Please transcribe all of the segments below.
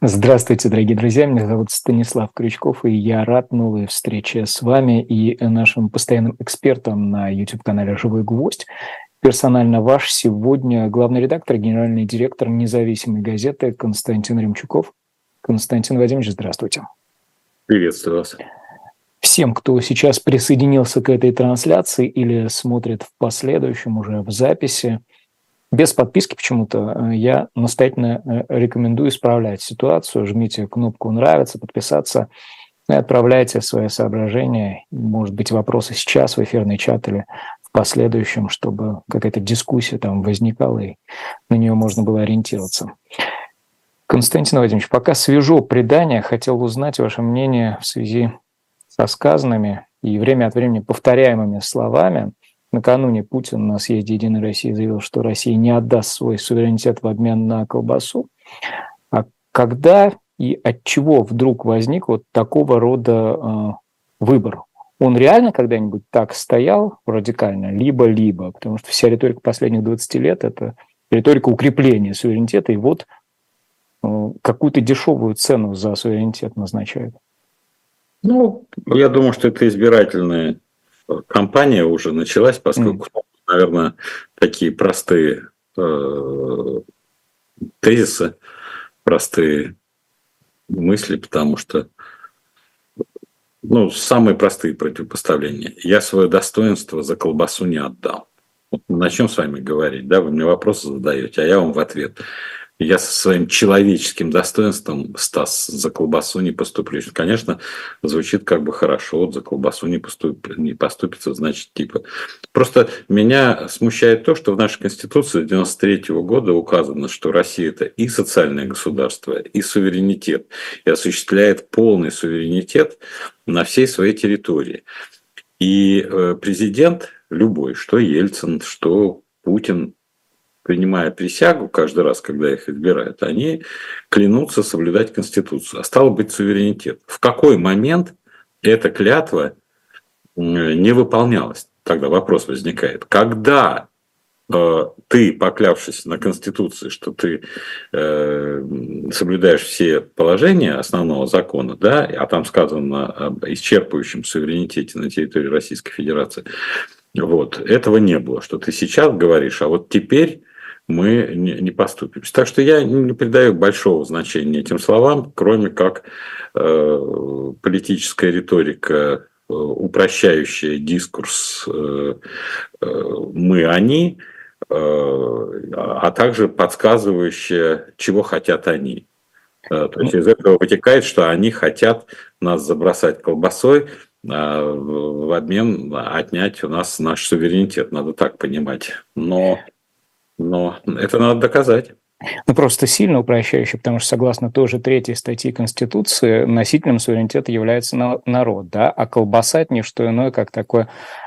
Здравствуйте, дорогие друзья. Меня зовут Станислав Крючков, и я рад новой встрече с вами и нашим постоянным экспертом на YouTube-канале «Живой гвоздь». Персонально ваш сегодня главный редактор, генеральный директор независимой газеты Константин Ремчуков. Константин Владимирович, здравствуйте. Приветствую вас. Всем, кто сейчас присоединился к этой трансляции или смотрит в последующем уже в записи, без подписки почему-то я настоятельно рекомендую исправлять ситуацию. Жмите кнопку «Нравится», подписаться и отправляйте свои соображения. Может быть, вопросы сейчас в эфирный чат или в последующем, чтобы какая-то дискуссия там возникала и на нее можно было ориентироваться. Константин Владимирович, пока свежо предание, хотел узнать ваше мнение в связи со сказанными и время от времени повторяемыми словами. Накануне Путин на съезде «Единой России» заявил, что Россия не отдаст свой суверенитет в обмен на колбасу. А когда и от чего вдруг возник вот такого рода выбор? Он реально когда-нибудь так стоял радикально? Либо-либо. Потому что вся риторика последних 20 лет – это риторика укрепления суверенитета. И вот какую-то дешевую цену за суверенитет назначают. Ну, я думаю, что это избирательная кампания уже началась, поскольку, наверное, такие простые тезисы, простые мысли, потому что, самые простые противопоставления. Я свое достоинство за колбасу не отдам. Вот начнем с вами говорить, да, вы мне вопросы задаете, а я вам в ответ. Я со своим человеческим достоинством, Стас, за колбасу не поступлюсь. Конечно, звучит как бы хорошо, вот за колбасу не поступится, значит, типа. Просто меня смущает то, что в нашей Конституции 1993 года указано, что Россия – это и социальное государство, и суверенитет, и осуществляет полный суверенитет на всей своей территории. И президент любой, что Ельцин, что Путин, принимая присягу каждый раз, когда их избирают, они клянутся соблюдать Конституцию. А стало быть, суверенитет. В какой момент эта клятва не выполнялась? Тогда вопрос возникает. Когда ты, поклявшись на Конституции, что ты соблюдаешь все положения основного закона, да, а там сказано об исчерпывающем суверенитете на территории Российской Федерации, вот, этого не было. Что ты сейчас говоришь, а вот теперь мы не поступимся. Так что я не придаю большого значения этим словам, кроме как политическая риторика, упрощающая дискурс «мы-они», а также подсказывающая, чего хотят они. То есть из этого вытекает, что они хотят нас забросать колбасой, в обмен отнять у нас наш суверенитет. Надо так понимать. Но это надо доказать. Просто сильно упрощающе, потому что, согласно той же 3 статьи Конституции, носителем суверенитета является народ, да, а колбаса – это не что иное, как такое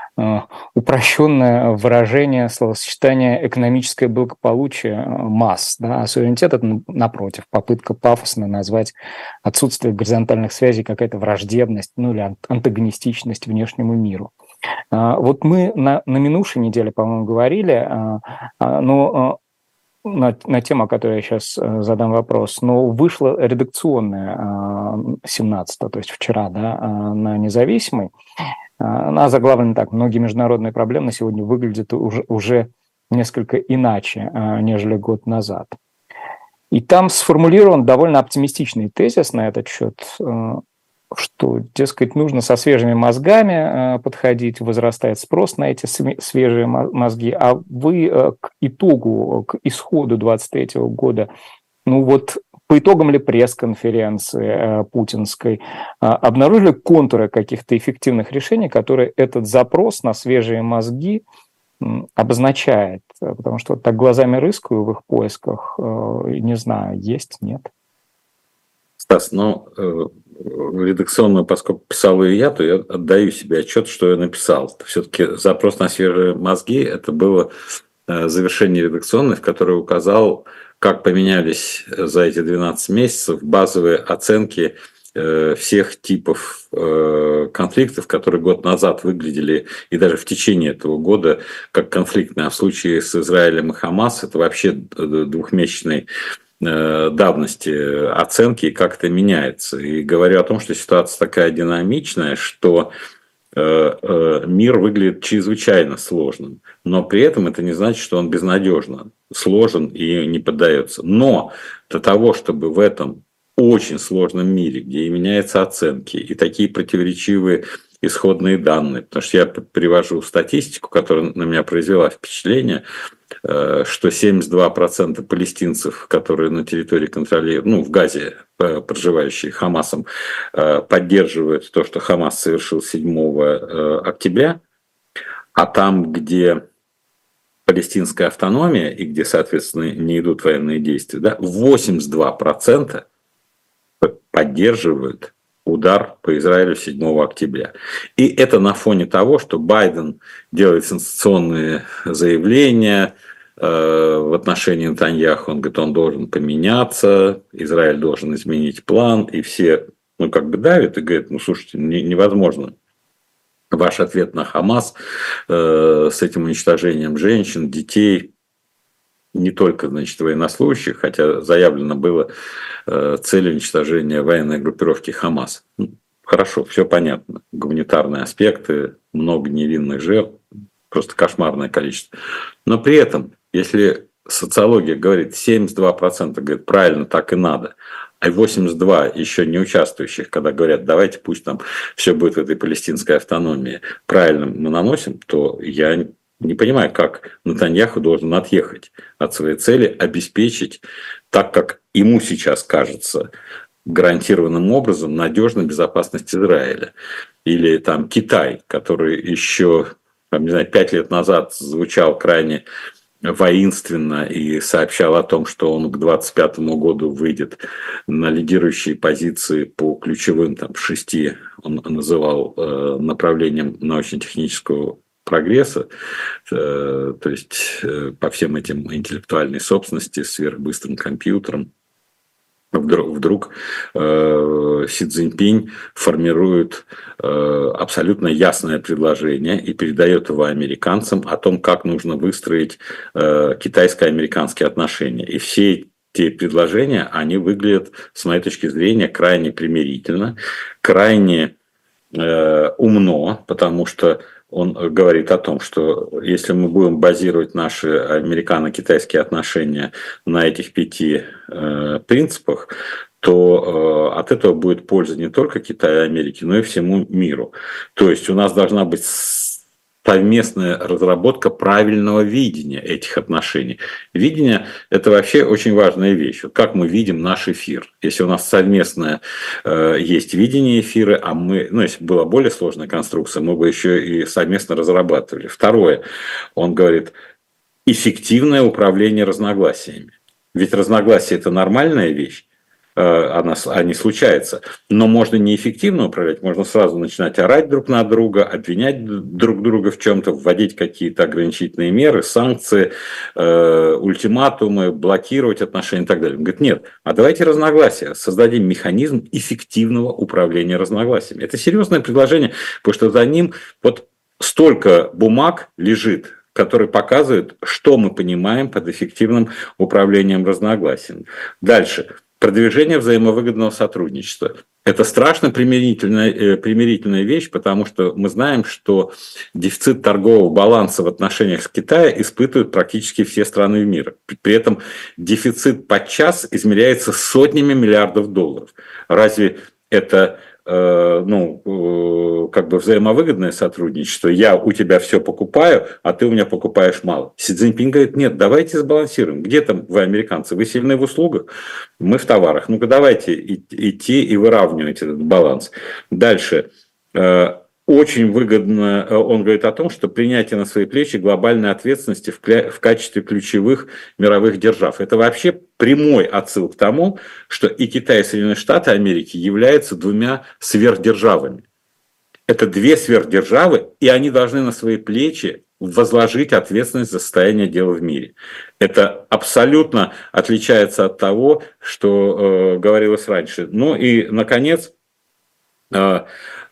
упрощенное выражение словосочетания «экономическое благополучие масс». Да? А суверенитет – это, напротив, попытка пафосно назвать отсутствие горизонтальных связей, какая-то враждебность, или антагонистичность внешнему миру. Вот мы на минувшей неделе, по-моему, говорили, но на тему, о которой я сейчас задам вопрос, но вышла редакционная 17-го, то есть вчера, да, на «Независимой». Она заглавлена так: «Многие международные проблемы сегодня выглядят уже несколько иначе, нежели год назад». И там сформулирован довольно оптимистичный тезис на этот счет, что, дескать, нужно со свежими мозгами подходить, возрастает спрос на эти свежие мозги, а вы к исходу 2023 года, по итогам ли пресс-конференции путинской, обнаружили контуры каких-то эффективных решений, которые этот запрос на свежие мозги обозначает? Потому что так глазами рыскаю в их поисках, не знаю, есть, нет. Стас, редакционную, поскольку писал ее я, то я отдаю себе отчет, что я написал. Все-таки запрос на свежие мозги – это было завершение редакционной, в которой указал, как поменялись за эти 12 месяцев базовые оценки всех типов конфликтов, которые год назад выглядели, и даже в течение этого года, как конфликтные. А в случае с Израилем и Хамас это вообще двухмесячный давности оценки и как это меняется. И говорю о том, что ситуация такая динамичная, что мир выглядит чрезвычайно сложным, но при этом это не значит, что он безнадежно сложен и не поддается. Но для того, чтобы в этом очень сложном мире, где и меняются оценки, и такие противоречивые исходные данные, потому что я привожу статистику, которая на меня произвела впечатление, что 72% палестинцев, которые на территории контролируют, в Газе проживающие Хамасом, поддерживают то, что Хамас совершил 7 октября, а там, где палестинская автономия и где, соответственно, не идут военные действия, 82% поддерживают удар по Израилю 7 октября. И это на фоне того, что Байден делает сенсационные заявления в отношении Нетаньяху. Он говорит, он должен поменяться, Израиль должен изменить план, и все давят и говорят, слушайте, невозможно. Ваш ответ на Хамас с этим уничтожением женщин, детей, не только, военнослужащих, хотя заявлено было целью уничтожения военной группировки Хамас. Хорошо, все понятно. Гуманитарные аспекты, много невинных жертв, просто кошмарное количество. Но при этом, если социология говорит, 72% говорит, правильно, так и надо, а 82 еще не участвующих, когда говорят, давайте пусть там все будет в этой палестинской автономии, правильно мы наносим, то я не понимаю, как Нетаньяху должен отъехать от своей цели, обеспечить, так как ему сейчас кажется, гарантированным образом надежную безопасность Израиля. Или там Китай, который еще 5 лет назад звучал крайне воинственно и сообщал о том, что он к 2025 году выйдет на лидирующие позиции по ключевым 6, он называл направлениям научно-технического прогресса, то есть по всем этим интеллектуальной собственности, сверхбыстрым компьютерам. Вдруг Си Цзиньпинь формирует абсолютно ясное предложение и передает его американцам о том, как нужно выстроить китайско-американские отношения. И все эти предложения, они выглядят, с моей точки зрения, крайне примирительно, крайне умно, потому что он говорит о том, что если мы будем базировать наши американо-китайские отношения на этих 5 принципах, то от этого будет польза не только Китаю и Америке, но и всему миру. То есть у нас должна быть совместная разработка правильного видения этих отношений. Видение – это вообще очень важная вещь. Вот как мы видим наш эфир. Если у нас совместное есть видение эфира, а мы, если была более сложная конструкция, мы бы еще и совместно разрабатывали. Второе, он говорит, эффективное управление разногласиями. Ведь разногласия – это нормальная вещь. Они случаются. Но можно неэффективно управлять, можно сразу начинать орать друг на друга, обвинять друг друга в чем-то, вводить какие-то ограничительные меры, санкции, ультиматумы, блокировать отношения и так далее. Он говорит, нет, а давайте разногласия, создадим механизм эффективного управления разногласиями. Это серьезное предложение, потому что за ним столько бумаг лежит, которые показывают, что мы понимаем под эффективным управлением разногласиями. Дальше. Продвижение взаимовыгодного сотрудничества. Это страшно примирительная вещь, потому что мы знаем, что дефицит торгового баланса в отношениях с Китаем испытывают практически все страны мира. При этом дефицит подчас измеряется сотнями миллиардов долларов. Разве это взаимовыгодное сотрудничество? Я у тебя все покупаю, а ты у меня покупаешь мало. Си Цзиньпин говорит, нет, давайте сбалансируем. Где там вы, американцы? Вы сильны в услугах, мы в товарах. Ну-ка давайте идти и выравнивать этот баланс. Дальше. Очень выгодно, он говорит о том, что принятие на свои плечи глобальной ответственности в качестве ключевых мировых держав. Это вообще прямой отсыл к тому, что и Китай, и Соединенные Штаты Америки являются 2 сверхдержавами. Это 2 сверхдержавы, и они должны на свои плечи возложить ответственность за состояние дела в мире. Это абсолютно отличается от того, что говорилось раньше. Ну и, наконец,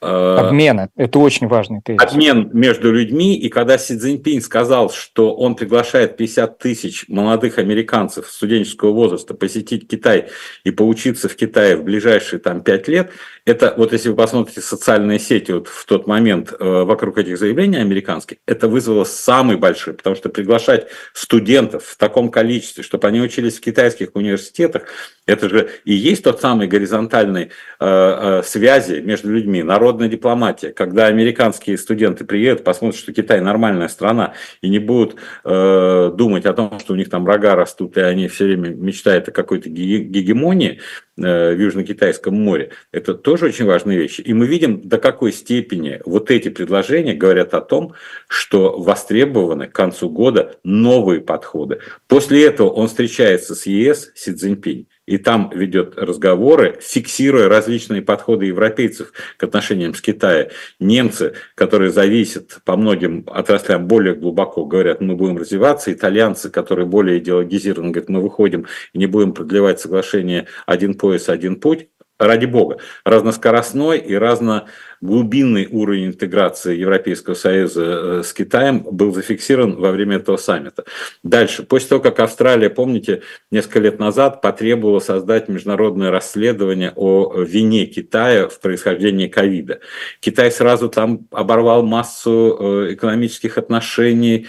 Обмена. Это очень важный тезис. Обмен между людьми, и когда Си Цзиньпинь сказал, что он приглашает 50 тысяч молодых американцев студенческого возраста посетить Китай и поучиться в Китае в ближайшие 5 лет, это вот если вы посмотрите социальные сети вот в тот момент вокруг этих заявлений американских, это вызвало самый большой, потому что приглашать студентов в таком количестве, чтобы они учились в китайских университетах, это же и есть тот самый горизонтальный связи между людьми, народная дипломатия, когда американские студенты приедут, посмотрят, что Китай нормальная страна, и не будут думать о том, что у них там рога растут, и они все время мечтают о какой-то гегемонии в Южно-Китайском море. Это тоже очень важные вещи. И мы видим, до какой степени вот эти предложения говорят о том, что востребованы к концу года новые подходы. После этого он встречается с ЕС, Си Цзиньпинь, и там ведет разговоры, фиксируя различные подходы европейцев к отношениям с Китаем. Немцы, которые зависят по многим отраслям более глубоко, говорят, мы будем развиваться. Итальянцы, которые более идеологизированы, говорят, мы выходим и не будем продлевать соглашение «один пояс, один путь». Ради бога, разноскоростной и разноглубинный уровень интеграции Европейского Союза с Китаем был зафиксирован во время этого саммита. Дальше, после того, как Австралия, помните, несколько лет назад потребовала создать международное расследование о вине Китая в происхождении ковида. Китай сразу там оборвал массу экономических отношений,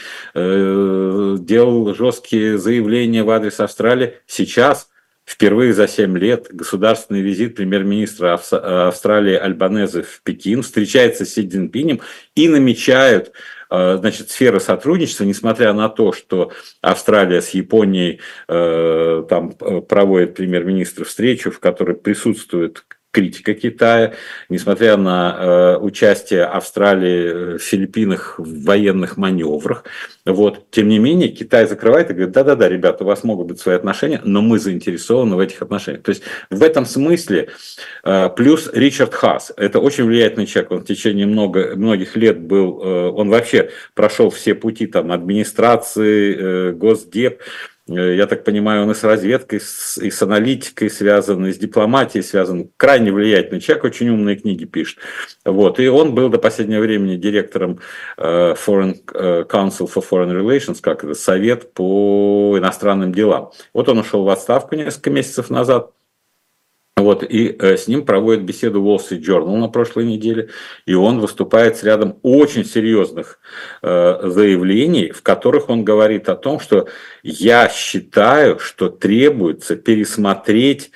делал жесткие заявления в адрес Австралии. Сейчас впервые за 7 лет государственный визит премьер-министра Австралии Альбанезе в Пекин, встречается с Си Цзиньпинем и намечают сферы сотрудничества, несмотря на то, что Австралия с Японией там проводит премьер-министр встречу, в которой присутствует критика Китая, несмотря на участие Австралии в Филиппинах в военных маневрах. Вот. Тем не менее, Китай закрывает и говорит, да-да-да, ребята, у вас могут быть свои отношения, но мы заинтересованы в этих отношениях. То есть в этом смысле плюс Ричард Хаас, это очень влиятельный человек, он в течение многих лет был, он вообще прошел все пути там, администрации, Госдеп. Я так понимаю, он и с разведкой, и с аналитикой связан, и с дипломатией связан. Крайне влиятельный человек, очень умные книги пишет. Вот. И он был до последнего времени директором Foreign Council for Foreign Relations, как это, Совет по иностранным делам. Вот он ушел в отставку несколько месяцев назад. Вот, и с ним проводит беседу Wall Street Journal на прошлой неделе, и он выступает с рядом очень серьезных заявлений, в которых он говорит о том, что я считаю, что требуется пересмотреть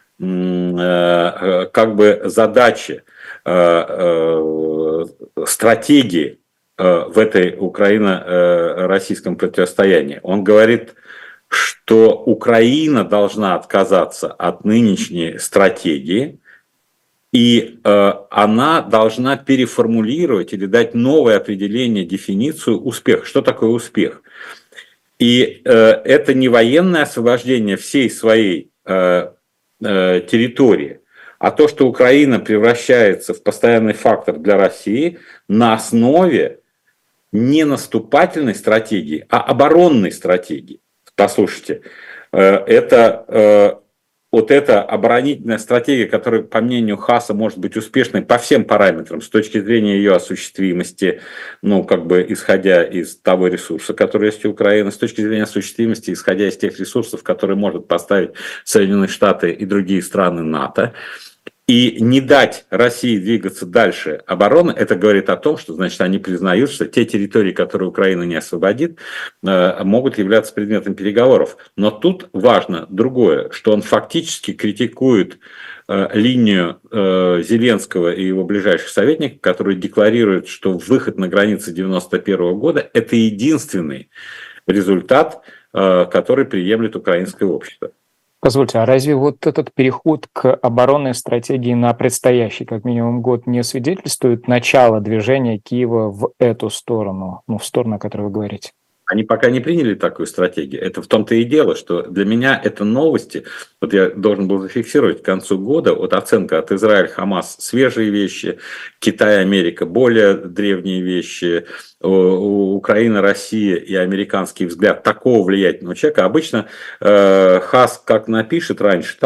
задачи, стратегии в этой украино-российском противостоянии. Он говорит, что Украина должна отказаться от нынешней стратегии, и она должна переформулировать или дать новое определение, дефиницию успеха. Что такое успех? И это не военное освобождение всей своей территории, а то, что Украина превращается в постоянный фактор для России на основе не наступательной стратегии, а оборонной стратегии. Послушайте, это оборонительная стратегия, которая, по мнению Хааса, может быть успешной по всем параметрам, с точки зрения ее осуществимости, исходя из того ресурса, который есть у Украины, с точки зрения осуществимости, исходя из тех ресурсов, которые может поставить Соединенные Штаты и другие страны НАТО. И не дать России двигаться дальше обороны, это говорит о том, что, значит, они признают, что те территории, которые Украина не освободит, могут являться предметом переговоров. Но тут важно другое, что он фактически критикует линию Зеленского и его ближайших советников, которые декларируют, что выход на границы 1991 года – это единственный результат, который приемлет украинское общество. Позвольте, а разве вот этот переход к оборонной стратегии на предстоящий, как минимум, год не свидетельствует начала движения Киева в эту сторону, в сторону, о которой вы говорите? Они пока не приняли такую стратегию. Это в том-то и дело, что для меня это новости. Вот я должен был зафиксировать к концу года, вот оценка от Израиль, Хамас – свежие вещи, Китай, Америка – более древние вещи, Украина, Россия и американский взгляд такого влиятельного человека. Обычно Хаас как напишет раньше, так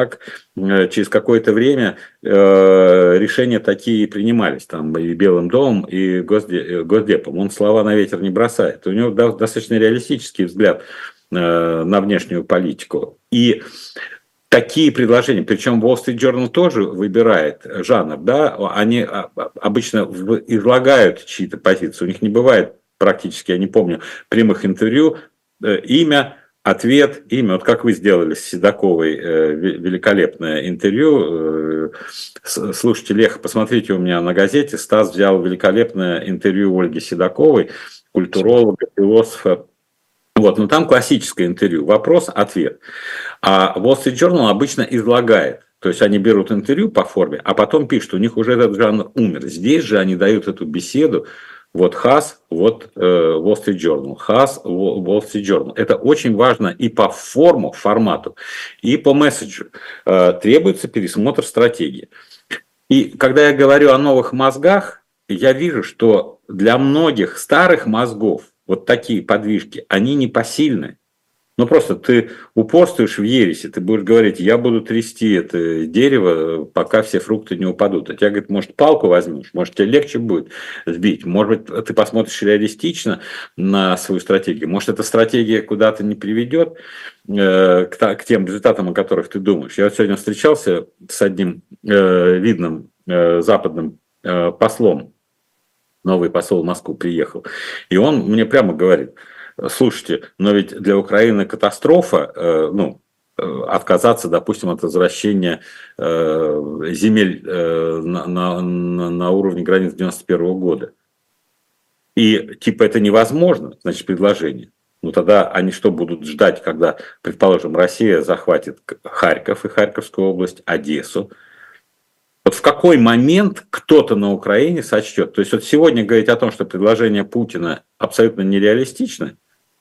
через какое-то время решения такие принимались, там и Белым домом, и Госдепом. Он слова на ветер не бросает. У него достаточно реалистический взгляд на внешнюю политику. И такие предложения, причем Wall Street Journal тоже выбирает жанр, да, они обычно излагают чьи-то позиции, у них не бывает практически, я не помню, прямых интервью, имя, ответ, имя. Вот как вы сделали с Седоковой великолепное интервью. Слушайте, Лех, посмотрите у меня на газете, Стас взял великолепное интервью Ольги Седоковой, культуролога, философа. Вот, но там классическое интервью, вопрос-ответ. А Wall Street Journal обычно излагает. То есть они берут интервью по форме, а потом пишут, у них уже этот жанр умер. Здесь же они дают эту беседу. Вот Хаас, вот Wall Street Journal. Хаас, Wall Street Journal. Это очень важно и по формату, и по месседжу. Требуется пересмотр стратегии. И когда я говорю о новых мозгах, я вижу, что для многих старых мозгов вот такие подвижки, они непосильны. Ну, просто ты упорствуешь в ересе, ты будешь говорить, я буду трясти это дерево, пока все фрукты не упадут. А тебя, говорит, может, палку возьмешь, может, тебе легче будет сбить. Может быть, ты посмотришь реалистично на свою стратегию. Может, эта стратегия куда-то не приведет к тем результатам, о которых ты думаешь. Я вот сегодня встречался с одним видным западным послом, новый посол в Москву приехал, и он мне прямо говорит, слушайте, но ведь для Украины катастрофа, отказаться, допустим, от возвращения земель на уровне границ 91 года. И типа это невозможно, значит, предложение. Ну тогда они что будут ждать, когда, предположим, Россия захватит Харьков и Харьковскую область, Одессу? Вот в какой момент кто-то на Украине сочтет? То есть вот сегодня говорить о том, что предложение Путина абсолютно нереалистично,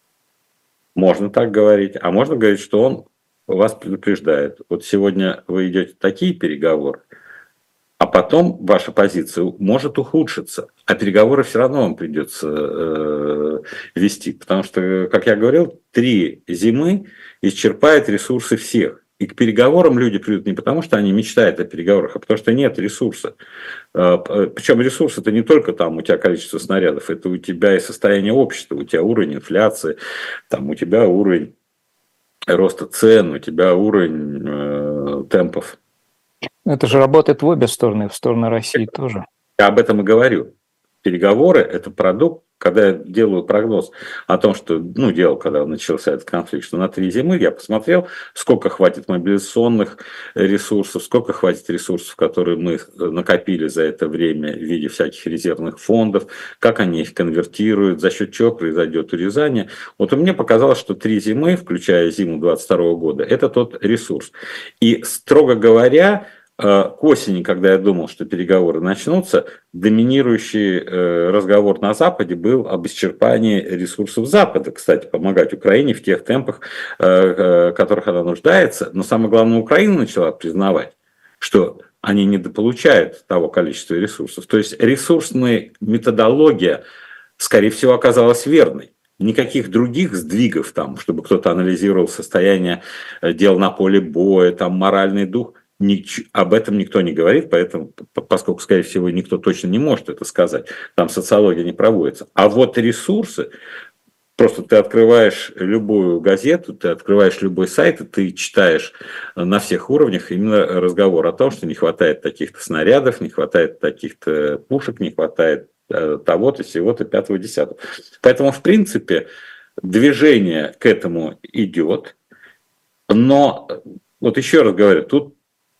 можно так говорить, а можно говорить, что он вас предупреждает. Вот сегодня вы идете такие переговоры, а потом ваша позиция может ухудшиться, а переговоры все равно вам придется вести, потому что, как я говорил, 3 зимы исчерпают ресурсы всех. И к переговорам люди придут не потому, что они мечтают о переговорах, а потому что нет ресурса. Причем ресурс это не только там у тебя количество снарядов, это у тебя и состояние общества, у тебя уровень инфляции, там у тебя уровень роста цен, у тебя уровень темпов. Это же работает в обе стороны, в сторону России тоже. Я об этом и говорю. Переговоры – это продукт, когда я делаю прогноз о том, что, делал, когда начался этот конфликт, что на 3 зимы я посмотрел, сколько хватит мобилизационных ресурсов, сколько хватит ресурсов, которые мы накопили за это время в виде всяких резервных фондов, как они их конвертируют, за счет чего произойдет урезание. Вот мне показалось, что 3 зимы, включая зиму 2022 года, это тот ресурс. И, строго говоря, к осени, когда я думал, что переговоры начнутся, доминирующий разговор на Западе был об исчерпании ресурсов Запада, кстати, помогать Украине в тех темпах, в которых она нуждается. Но самое главное, Украина начала признавать, что они недополучают того количества ресурсов. То есть ресурсная методология, скорее всего, оказалась верной. Никаких других сдвигов, там, чтобы кто-то анализировал состояние дел на поле боя, там, моральный дух, об этом никто не говорит, поэтому, поскольку, скорее всего, никто точно не может это сказать, там социология не проводится. А вот ресурсы, просто ты открываешь любую газету, ты открываешь любой сайт, и ты читаешь на всех уровнях именно разговор о том, что не хватает таких-то снарядов, не хватает таких-то пушек, не хватает того-то, сего-то, 5-10. Поэтому, в принципе, движение к этому идет, но, вот еще раз говорю, тут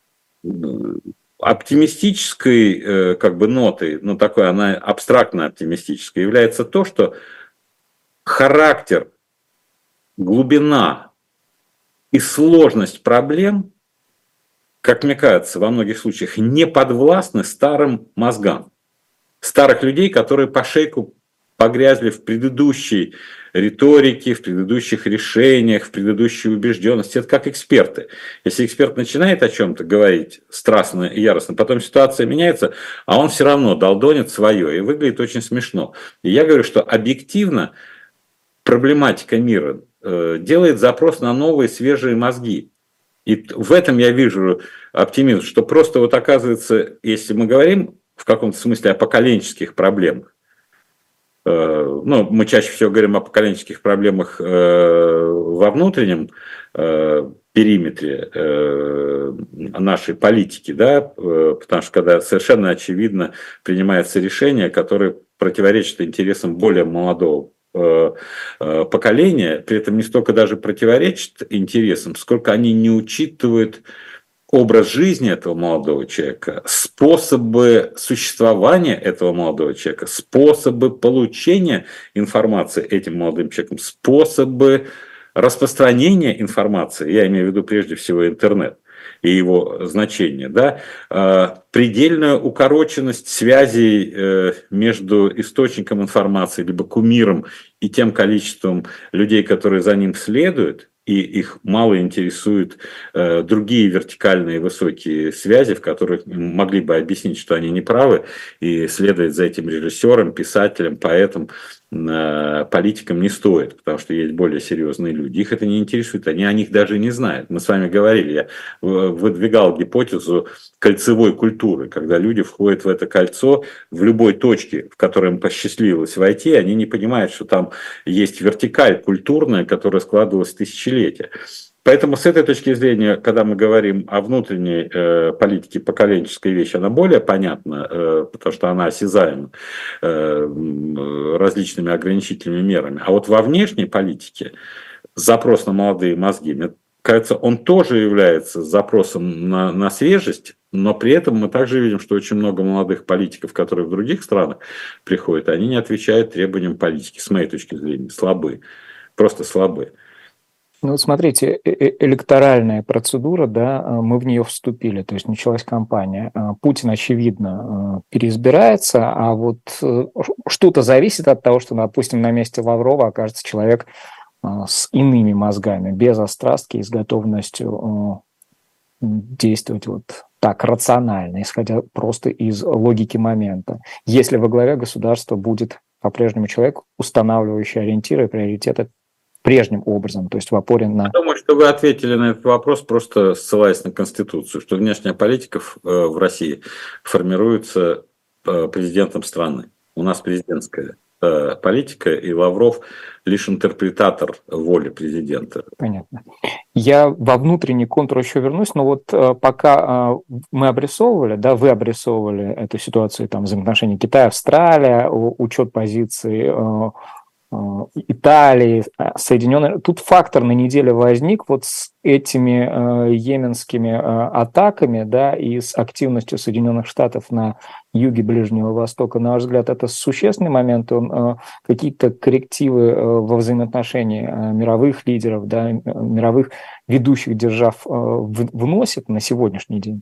оптимистической нотой, такой она абстрактно оптимистической, является то, что характер, глубина и сложность проблем, как мне кажется, во многих случаях не подвластны старым мозгам. Старых людей, которые по шейку погрязли в предыдущей риторике, в предыдущих решениях, в предыдущей убежденности. Это как эксперты. Если эксперт начинает о чем-то говорить страстно и яростно, потом ситуация меняется, а он все равно долдонит свое и выглядит очень смешно. И я говорю, что объективно проблематика мира делает запрос на новые свежие мозги. И в этом я вижу оптимизм, что просто вот оказывается, если мы говорим в каком-то смысле о поколенческих проблемах, ну, мы чаще всего говорим о поколенческих проблемах во внутреннем периметре нашей политики, да, потому что когда совершенно очевидно принимается решение, которое противоречит интересам более молодого поколения, при этом не столько даже противоречит интересам, сколько они не учитывают образ жизни этого молодого человека, способы существования этого молодого человека, способы получения информации этим молодым человеком, способы распространения информации, я имею в виду прежде всего интернет и его значение, да, предельную укороченность связей между источником информации, либо кумиром и тем количеством людей, которые за ним следуют, и их мало интересуют другие вертикальные высокие связи, в которых могли бы объяснить, что они неправы, и следовать за этим режиссером, писателем, поэтом, политикам не стоит, потому что есть более серьезные люди. Их это не интересует, они о них даже не знают. Мы с вами говорили, я выдвигал гипотезу кольцевой культуры, когда люди входят в это кольцо в любой точке, в которой им посчастливилось войти, они не понимают, что там есть вертикаль культурная, которая складывалась тысячелетия. Поэтому с этой точки зрения, когда мы говорим о внутренней политике, поколенческой вещи, она более понятна, потому что она осязаема различными ограничительными мерами. А вот во внешней политике запрос на молодые мозги, мне кажется, он тоже является запросом на свежесть, но при этом мы также видим, что очень много молодых политиков, которые в других странах приходят, они не отвечают требованиям политики, с моей точки зрения, слабы, просто слабы. Ну, смотрите, электоральная процедура, да, мы в нее вступили, то есть началась кампания. Путин, очевидно, переизбирается, а вот что-то зависит от того, что, допустим, на месте Лаврова окажется человек с иными мозгами, без острастки и с готовностью действовать вот так рационально, исходя просто из логики момента. Если во главе государства будет по-прежнему человек, устанавливающий ориентиры и приоритеты прежним образом, то есть в опоре на... Я думаю, что вы ответили на этот вопрос, просто ссылаясь на Конституцию, что внешняя политика в России формируется президентом страны. У нас президентская политика, и Лавров лишь интерпретатор воли президента. Понятно. Я во внутренний контур еще вернусь, но вот пока мы обрисовывали, да, вы обрисовывали эту ситуацию, там, взаимоотношения Китая, Австралия, учет позиций Италии, Соединенные... Тут фактор на неделе возник вот с этими йеменскими атаками, да, и с активностью Соединенных Штатов на юге Ближнего Востока. На ваш взгляд, это существенный момент, он какие-то коррективы во взаимоотношении мировых лидеров, да, мировых ведущих держав вносит на сегодняшний день?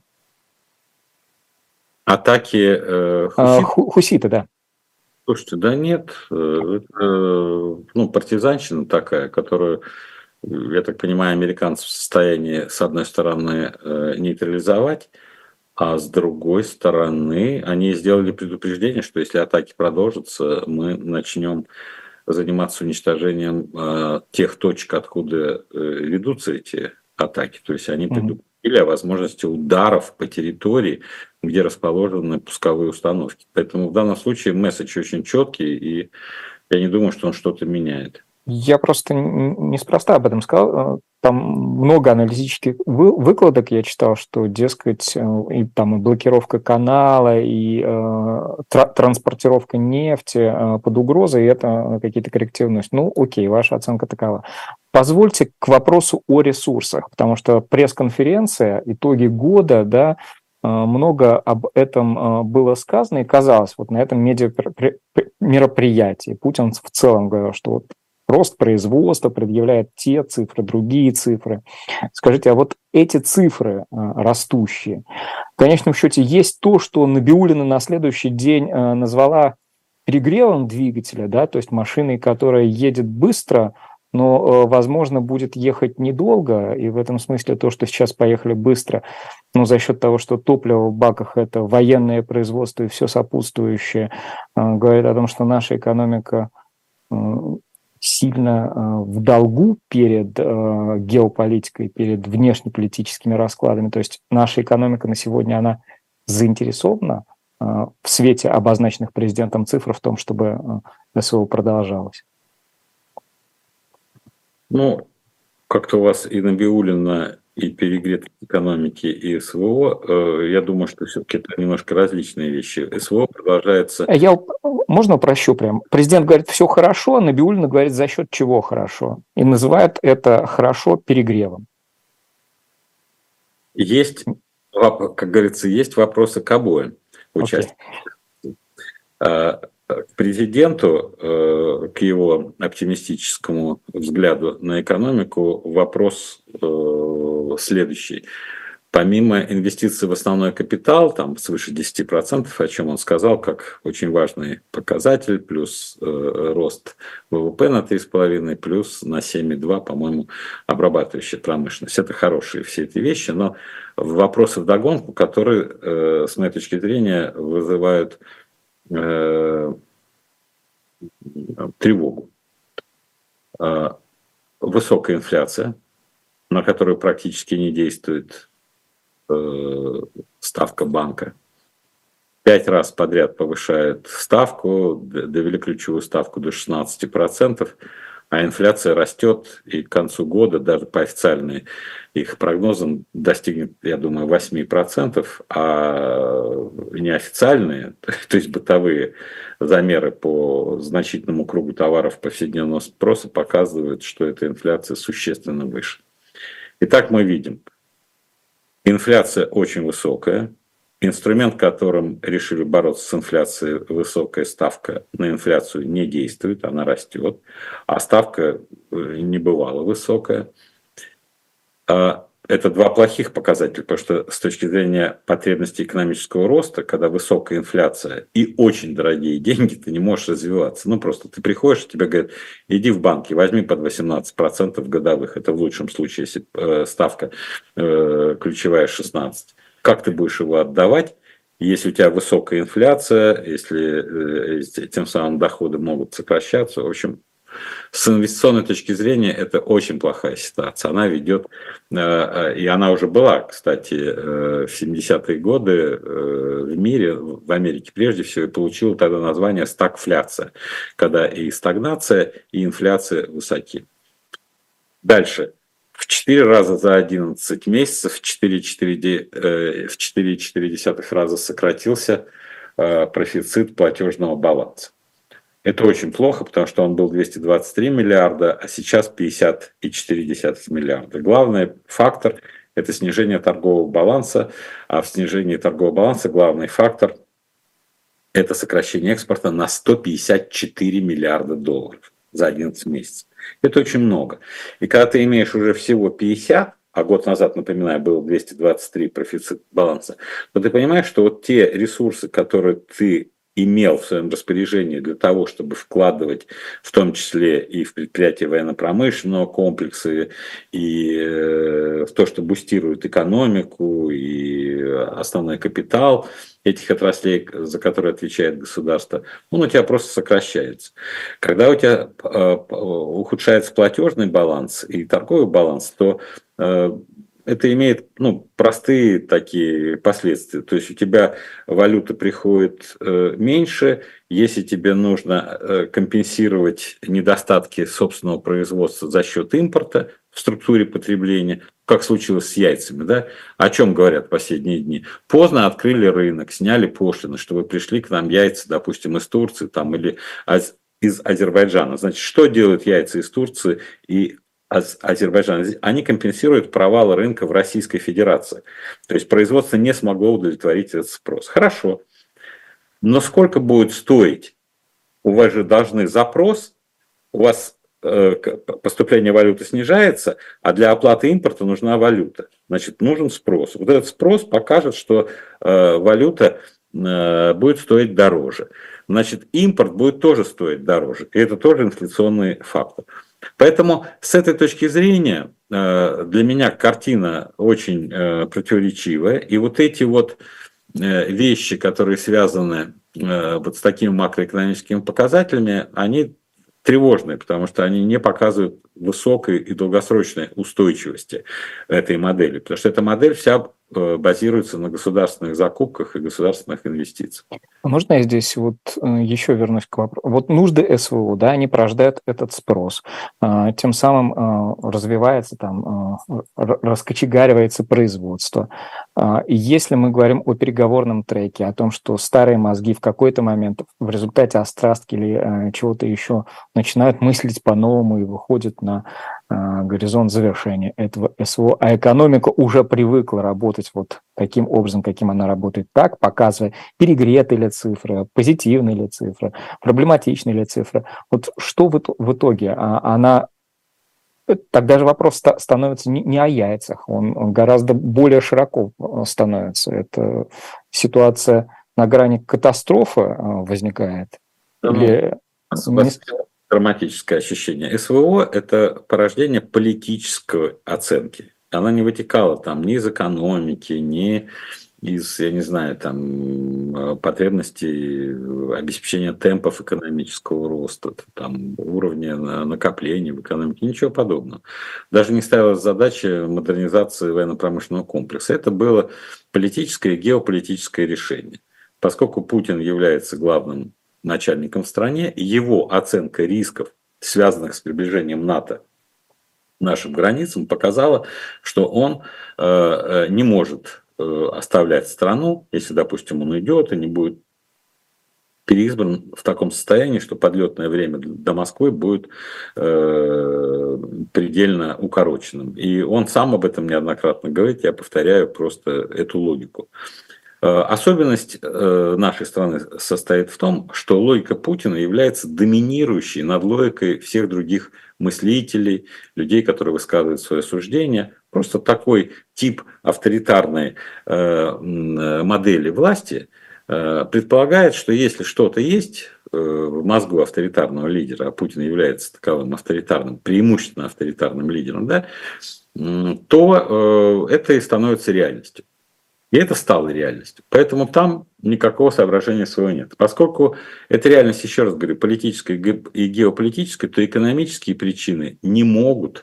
Атаки хуситы, да. Слушайте, да нет, партизанщина такая, которую, я так понимаю, американцы в состоянии, с одной стороны, нейтрализовать, а с другой стороны, они сделали предупреждение, что если атаки продолжатся, мы начнем заниматься уничтожением тех точек, откуда ведутся эти атаки. То есть они предупредили о возможности ударов по территории, где расположены пусковые установки. Поэтому в данном случае месседж очень четкий, и я не думаю, что он что-то меняет. Я просто неспроста об этом сказал. Там много аналитических выкладок я читал, что, дескать, и там и блокировка канала, и транспортировка нефти под угрозой, и это какие-то коррективы. Ну, окей, ваша оценка такова. Позвольте к вопросу о ресурсах, потому что пресс-конференция, итоги года, да, много об этом было сказано, и казалось, вот на этом медиа-мероприятии Путин в целом говорил, что вот рост производства предъявляет те цифры, другие цифры. Скажите, а вот эти цифры растущие, в конечном счете есть то, что Набиуллина на следующий день назвала перегревом двигателя, да, то есть машиной, которая едет быстро, но, возможно, будет ехать недолго, и в этом смысле то, что сейчас поехали быстро, ну, за счет того, что топливо в баках – это военное производство и все сопутствующее, говорит о том, что наша экономика сильно в долгу перед геополитикой, перед внешнеполитическими раскладами. То есть наша экономика на сегодня, она заинтересована в свете обозначенных президентом цифр в том, чтобы СВО продолжалось. Ну, как-то у вас и Набиуллина, и перегрет экономики, и СВО, я думаю, что все-таки это немножко различные вещи. СВО продолжается... Можно упрощу прям? Президент говорит, все хорошо, а Набиуллина говорит, за счет чего хорошо. И называет это хорошо перегревом. Есть, как говорится, есть вопросы к обоим участникам. К президенту, к его оптимистическому взгляду на экономику, вопрос следующий. Помимо инвестиций в основной капитал, там свыше 10%, о чем он сказал, как очень важный показатель, плюс рост ВВП на 3,5, плюс на 7,2, по-моему, обрабатывающая промышленность. Это хорошие все эти вещи, но вопросы вдогонку, которые, с моей точки зрения, вызывают тревогу. Высокая инфляция, на которую практически не действует ставка банка. 5 раз подряд повышает ставку, довели ключевую ставку до 16%, а инфляция растет, и к концу года, даже по официальным их прогнозам, достигнет, я думаю, 8%, а неофициальные, то есть бытовые замеры по значительному кругу товаров повседневного спроса показывают, что эта инфляция существенно выше. Итак, мы видим, инфляция очень высокая. Инструмент, которым решили бороться с инфляцией, высокая ставка на инфляцию не действует, она растет, а ставка небывало высокая. Это два плохих показателя, потому что с точки зрения потребностей экономического роста, когда высокая инфляция и очень дорогие деньги, ты не можешь развиваться. Ну, просто ты приходишь, тебе говорят, иди в банки, возьми под 18% годовых. Это в лучшем случае, если ставка ключевая 16%. Как ты будешь его отдавать, если у тебя высокая инфляция, если тем самым доходы могут сокращаться? В общем, с инвестиционной точки зрения это очень плохая ситуация. Она ведет, и она уже была, кстати, в 70-е годы в мире, в Америке прежде всего, и получила тогда название стагфляция, когда и стагнация, и инфляция высоки. Дальше. В 4 раза за 11 месяцев, в 4,4 раза сократился профицит платежного баланса. Это очень плохо, потому что он был 223 миллиарда, а сейчас 50,4 миллиарда. Главный фактор – это снижение торгового баланса, а в снижении торгового баланса главный фактор – это сокращение экспорта на 154 миллиарда долларов за 11 месяцев. Это очень много. И когда ты имеешь уже всего 50, а год назад, напоминаю, было 223 профицит баланса, то ты понимаешь, что вот те ресурсы, которые ты имел в своем распоряжении для того, чтобы вкладывать в том числе и в предприятия военно-промышленного комплекса, и в то, что бустирует экономику, и основной капитал этих отраслей, за которые отвечает государство, он у тебя просто сокращается. Когда у тебя ухудшается платежный баланс и торговый баланс, то это имеет простые такие последствия. То есть у тебя валюта приходит меньше, если тебе нужно компенсировать недостатки собственного производства за счет импорта в структуре потребления, как случилось с яйцами, да? О чем говорят в последние дни? Поздно открыли рынок, сняли пошлины, чтобы пришли к нам яйца, допустим, из Турции там, или из Азербайджана. Значит, что делают яйца из Турции и Азербайджан, они компенсируют провалы рынка в Российской Федерации. То есть производство не смогло удовлетворить этот спрос. Хорошо. Но сколько будет стоить? У вас же должны запрос, у вас поступление валюты снижается, а для оплаты импорта нужна валюта. Значит, нужен спрос. Вот этот спрос покажет, что валюта будет стоить дороже. Значит, импорт будет тоже стоить дороже. И это тоже инфляционный фактор. Поэтому с этой точки зрения для меня картина очень противоречивая. И вот эти вот вещи, которые связаны вот с такими макроэкономическими показателями, они тревожные, потому что они не показывают высокой и долгосрочной устойчивости этой модели, потому что эта модель вся базируется на государственных закупках и государственных инвестициях. Можно я здесь вот еще вернусь к вопросу? Вот нужды СВО, да, они порождают этот спрос. Тем самым развивается там, раскочегаривается производство. И если мы говорим о переговорном треке, о том, что старые мозги в какой-то момент в результате острастки или чего-то еще начинают мыслить по-новому и выходят на горизонт завершения этого СВО, а экономика уже привыкла работать вот таким образом, каким она работает, так, показывая, перегретые ли цифры, позитивные ли цифры, проблематичные ли цифры. Вот что в итоге? Тогда же вопрос становится не о яйцах, он гораздо более широко становится. Это ситуация на грани катастрофы возникает? Или... Драматическое ощущение. СВО – это порождение политической оценки. Она не вытекала там ни из экономики, ни из, я не знаю, там, потребностей обеспечения темпов экономического роста, там, уровня накопления в экономике, ничего подобного. Даже не ставилась задача модернизации военно-промышленного комплекса. Это было политическое и геополитическое решение. Поскольку Путин является главным начальником в стране, его оценка рисков, связанных с приближением НАТО к нашим границам, показала, что он не может оставлять страну, если, допустим, он уйдет и не будет переизбран в таком состоянии, что подлетное время до Москвы будет предельно укороченным. И он сам об этом неоднократно говорит, я повторяю просто эту логику. Особенность нашей страны состоит в том, что логика Путина является доминирующей над логикой всех других мыслителей, людей, которые высказывают свое суждение. Просто такой тип авторитарной модели власти предполагает, что если что-то есть в мозгу авторитарного лидера, а Путин является таковым авторитарным, преимущественно авторитарным лидером, да, то это и становится реальностью. И это стало реальностью. Поэтому там никакого соображения своего нет. Поскольку эта реальность, еще раз говорю, политическая и геополитическая, то экономические причины не могут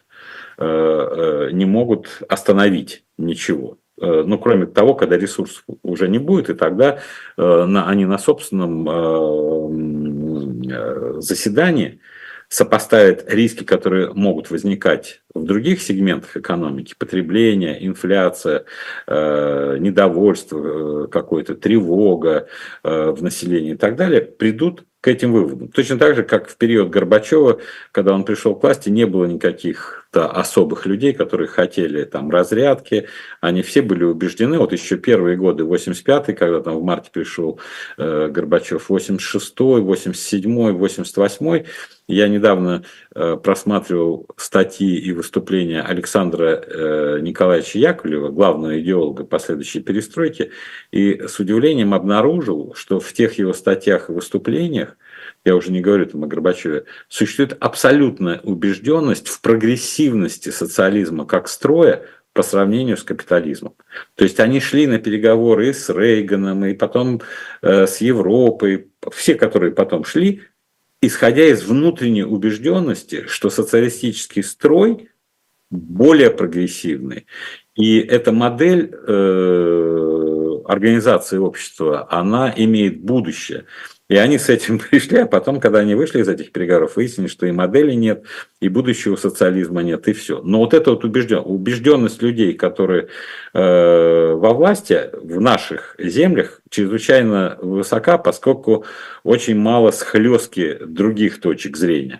остановить ничего. Ну, кроме того, когда ресурсов уже не будет, и тогда они на собственном заседании сопоставят риски, которые могут возникать в других сегментах экономики, потребление, инфляция, недовольство какое-то, тревога в населении и так далее, придут к этим выводам. Точно так же, как в период Горбачева, когда он пришел к власти, не было никаких-то особых людей, которые хотели там разрядки, они все были убеждены, вот еще первые годы, 85-й, когда там в марте пришел Горбачев, 86-й, 87-й, 88-й, я недавно просматривал статьи и выступления Александра Николаевича Яковлева, главного идеолога последующей перестройки, и с удивлением обнаружил, что в тех его статьях и выступлениях, я уже не говорю там о Горбачеве, существует абсолютная убежденность в прогрессивности социализма как строя по сравнению с капитализмом. То есть они шли на переговоры и с Рейганом, и потом с Европой, все, которые потом шли, исходя из внутренней убежденности, что социалистический строй более прогрессивный. И эта модель организации общества, она имеет будущее. И они с этим пришли, а потом, когда они вышли из этих переговоров, выяснили, что и модели нет, и будущего социализма нет, и все. Но вот эта вот убежденность людей, которые во власти в наших землях, чрезвычайно высока, поскольку очень мало схлестки других точек зрения,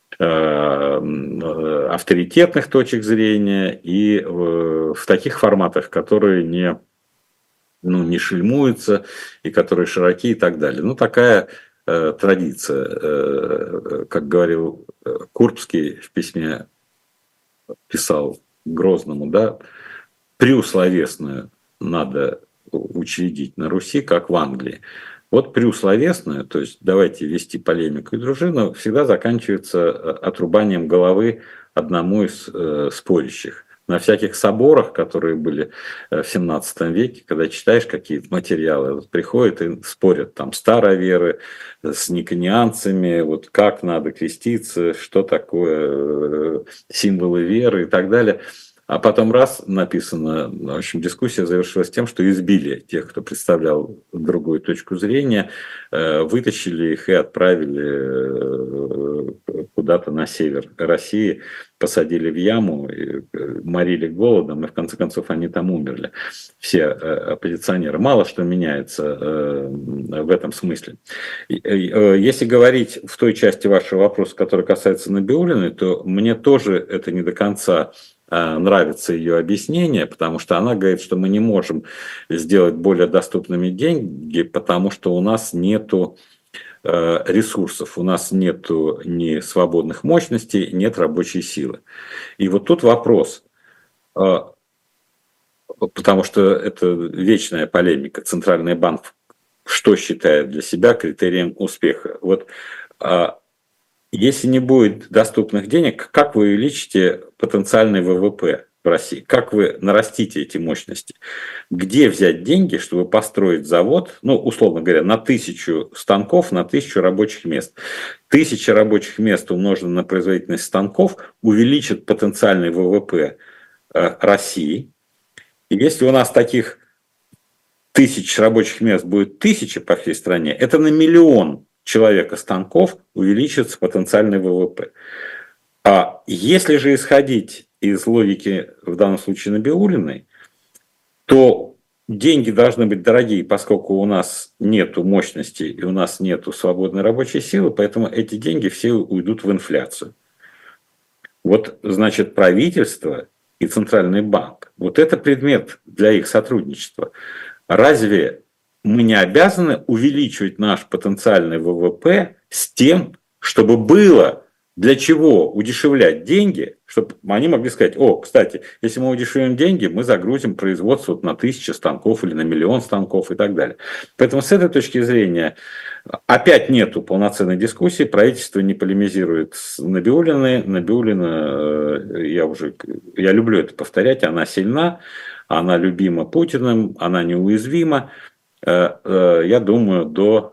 авторитетных точек зрения и в таких форматах, которые не шельмуются, и которые широки и так далее. Ну, такая традиция, как говорил Курбский в письме, писал Грозному, да, приусловесную надо учредить на Руси, как в Англии. Вот приусловесную, то есть давайте вести полемику и дружину, всегда заканчивается отрубанием головы одному из спорящих. на всяких соборах, которые были в 17 веке, когда читаешь какие-то материалы, вот приходят и спорят, там, староверы с никонианцами, вот как надо креститься, что такое символы веры и так далее. А потом раз написано, в общем, дискуссия завершилась тем, что избили тех, кто представлял другую точку зрения, вытащили их и отправили куда-то на север России, посадили в яму, морили голодом, и в конце концов они там умерли. Все оппозиционеры. Мало что меняется в этом смысле. Если говорить в той части вашего вопроса, который касается Набиуллиной, то мне тоже это не до конца нравится ее объяснение, потому что она говорит, что мы не можем сделать более доступными деньги, потому что у нас нету ресурсов, у нас нету ни свободных мощностей, нет рабочей силы. И вот тут вопрос, потому что это вечная полемика. Центральный банк что считает для себя критерием успеха? Вот если не будет доступных денег, как вы увеличите потенциальный ВВП в России? Как вы нарастите эти мощности? Где взять деньги, чтобы построить завод, ну, условно говоря, на 1000 станков, на 1000 рабочих мест? 1000 рабочих мест, умноженное на производительность станков, увеличит потенциальный ВВП России. И если у нас таких 1000 рабочих мест будет 1000 по всей стране, это на 1 миллион человека станков увеличится потенциальный ВВП. А если же исходить из логики, в данном случае Набиуллиной, то деньги должны быть дорогие, поскольку у нас нет мощности и у нас нет свободной рабочей силы, поэтому эти деньги все уйдут в инфляцию. Вот, значит, правительство и Центральный банк, вот это предмет для их сотрудничества. Разве мы не обязаны увеличивать наш потенциальный ВВП с тем, чтобы было для чего удешевлять деньги, чтобы они могли сказать: о, кстати, если мы удешевим деньги, мы загрузим производство на 1000 станков или на 1 миллион станков и так далее. Поэтому с этой точки зрения опять нету полноценной дискуссии, правительство не полемизирует с Набиуллиной. Набиуллина, я люблю это повторять, она сильна, она любима Путиным, она неуязвима. Я думаю, до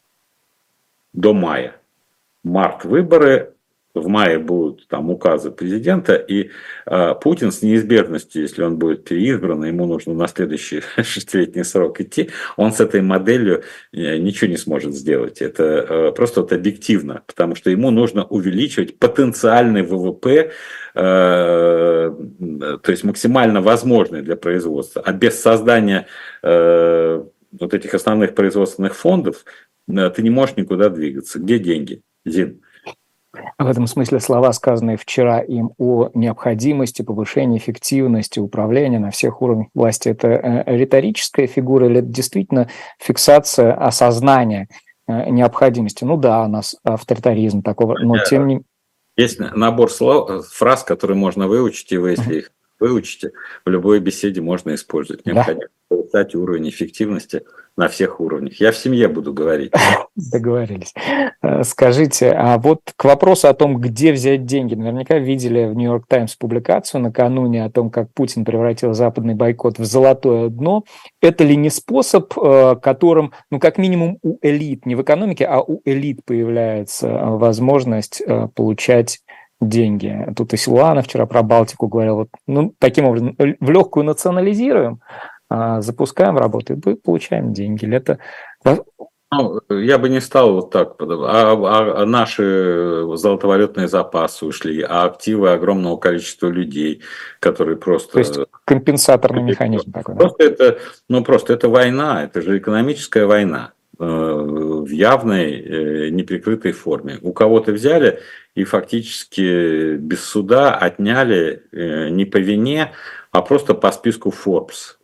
мая. Март выборы, в мае будут там указы президента, и Путин с неизбежностью, если он будет переизбран, ему нужно на следующий 6-летний срок идти, он с этой моделью ничего не сможет сделать. Это просто вот объективно, потому что ему нужно увеличивать потенциальный ВВП, то есть максимально возможный для производства. А без создания вот этих основных производственных фондов ты не можешь никуда двигаться. Где деньги, Зин? В этом смысле слова, сказанные вчера им о необходимости повышения эффективности управления на всех уровнях власти, это риторическая фигура или это действительно фиксация осознания необходимости? Ну да, у нас авторитаризм такого, но тем не менее... Есть набор слов, фраз, которые можно выучить, и вы, если их выучите, в любой беседе можно использовать. Необходимо повышать уровень эффективности на всех уровнях. Я в семье буду говорить. Договорились. Скажите, а вот к вопросу о том, где взять деньги. Наверняка видели в Нью-Йорк Таймс публикацию накануне о том, как Путин превратил западный бойкот в золотое дно. Это ли не способ, которым, ну, как минимум у элит, не в экономике, а у элит появляется возможность получать деньги? Тут и Силуанов вчера про Балтику говорил. Вот, ну, таким образом, в легкую национализируем, запускаем работу и получаем деньги. Это... Ну, я бы не стал вот так. А наши золотовалютные запасы ушли, а активы огромного количества людей, которые просто... То есть компенсаторный механизм такой. Просто это война, это же экономическая война в явной, неприкрытой форме. У кого-то взяли и фактически без суда отняли не по вине, а просто по списку Forbes.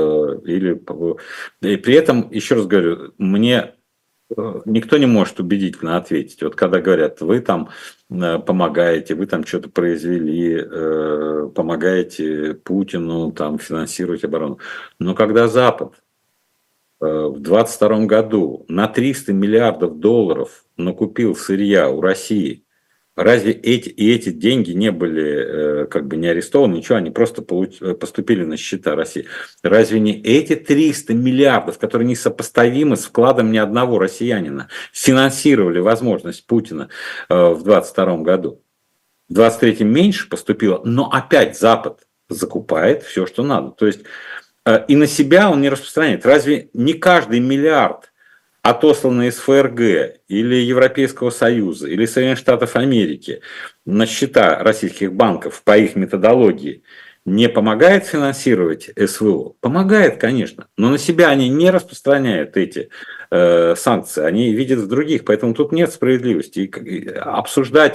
И при этом, еще раз говорю, мне никто не может убедительно ответить. Вот когда говорят, вы там помогаете, вы там что-то произвели, помогаете Путину там финансировать оборону. Но когда Запад в 2022 году на $300 миллиардов накупил сырья у России, Разве эти деньги не были как бы не арестованы, ничего, они просто поступили на счета России? Разве не эти 300 миллиардов, которые несопоставимы с вкладом ни одного россиянина, финансировали возможность Путина в 2022 году? В 2023 меньше поступило, но опять Запад закупает все, что надо. То есть и на себя он не распространяет. Разве не каждый миллиард, отосланный из ФРГ или Европейского Союза или Соединенных Штатов Америки на счета российских банков по их методологии, не помогает финансировать СВО? Помогает, конечно, но на себя они не распространяют эти санкции, они видят в других, поэтому тут нет справедливости. И обсуждать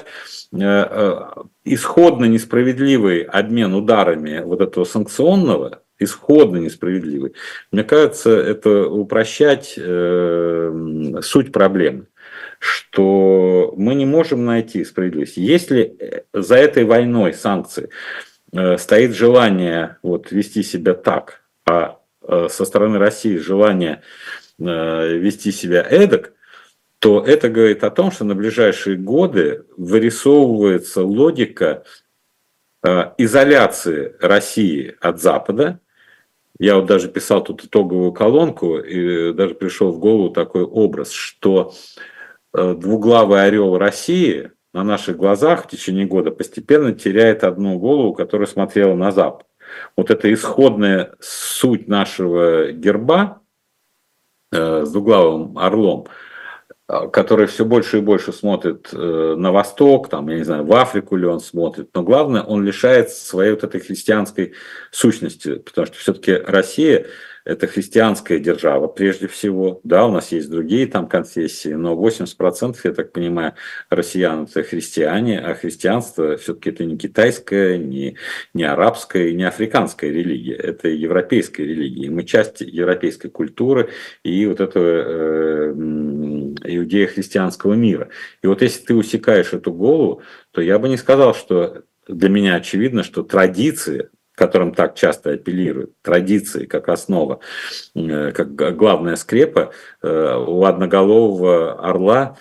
исходно несправедливый обмен ударами вот этого санкционного, исходно несправедливый, мне кажется, это упрощать суть проблемы, что мы не можем найти справедливость. Если за этой войной санкций стоит желание вот вести себя так, а со стороны России желание вести себя эдак, то это говорит о том, что на ближайшие годы вырисовывается логика изоляции России от Запада. Я вот даже писал тут итоговую колонку, и даже пришел в голову такой образ, что двуглавый орел России на наших глазах в течение года постепенно теряет одну голову, которая смотрела на Запад. Вот это исходная суть нашего герба с двуглавым орлом, который все больше и больше смотрит на восток, там, я не знаю, в Африку ли он смотрит, но главное, он лишается своей вот этой христианской сущности, потому что все-таки Россия – это христианская держава прежде всего, да, у нас есть другие там конфессии, но 80%, я так понимаю, россиян – это христиане, а христианство все-таки это не китайская, не арабская, не африканская религия, это европейская религия, и мы часть европейской культуры и вот этого иудео-христианского мира. И вот если ты усекаешь эту голову, то я бы не сказал, что для меня очевидно, что традиции, к которым так часто апеллируют, традиции как основа, как главная скрепа у одноголового орла,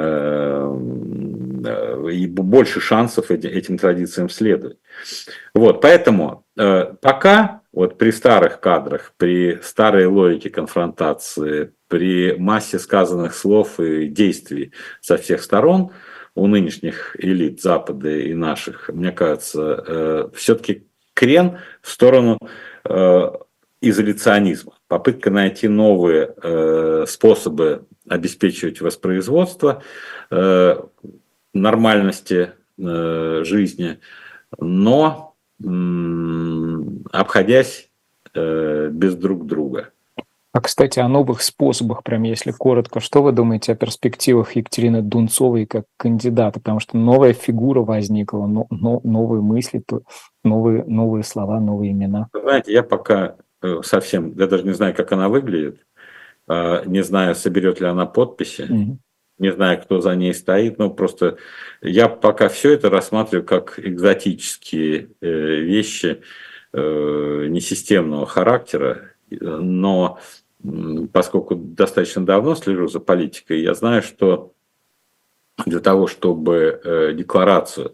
и больше шансов этим традициям следовать. Вот, поэтому пока вот при старых кадрах, при старой логике конфронтации, при массе сказанных слов и действий со всех сторон у нынешних элит Запада и наших, мне кажется, все-таки крен в сторону изоляционизма. Попытка найти новые способы обеспечивать воспроизводство нормальности жизни, но обходясь без друг друга. А, кстати, о новых способах, прям если коротко, что вы думаете о перспективах Екатерины Дунцовой как кандидата? Потому что новая фигура возникла, новые мысли, новые слова, новые имена. Знаете, я пока совсем, я даже не знаю, как она выглядит, не знаю, соберет ли она подписи, не знаю, кто за ней стоит, но просто я пока все это рассматриваю как экзотические вещи несистемного характера, но поскольку достаточно давно слежу за политикой, я знаю, что для того, чтобы декларацию,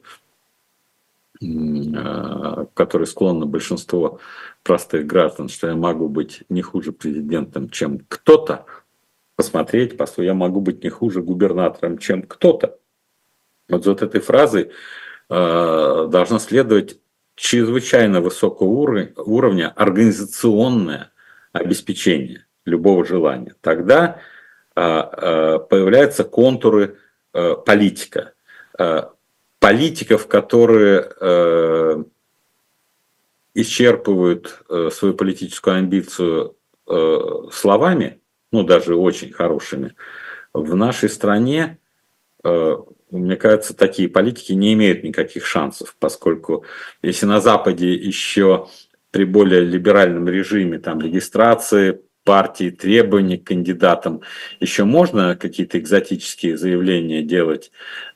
к которой склонно большинство простых граждан, что я могу быть не хуже президентом, чем кто-то, посмотреть, я могу быть не хуже губернатором, чем кто-то. Вот за этой фразой должно следовать чрезвычайно высокого уровня организационное обеспечение любого желания. Тогда появляются контуры политика. Политиков, которые исчерпывают свою политическую амбицию словами, ну даже очень хорошими, в нашей стране, мне кажется, такие политики не имеют никаких шансов, поскольку если на Западе еще при более либеральном режиме там, регистрации партии, требований к кандидатам, еще можно какие-то экзотические заявления делать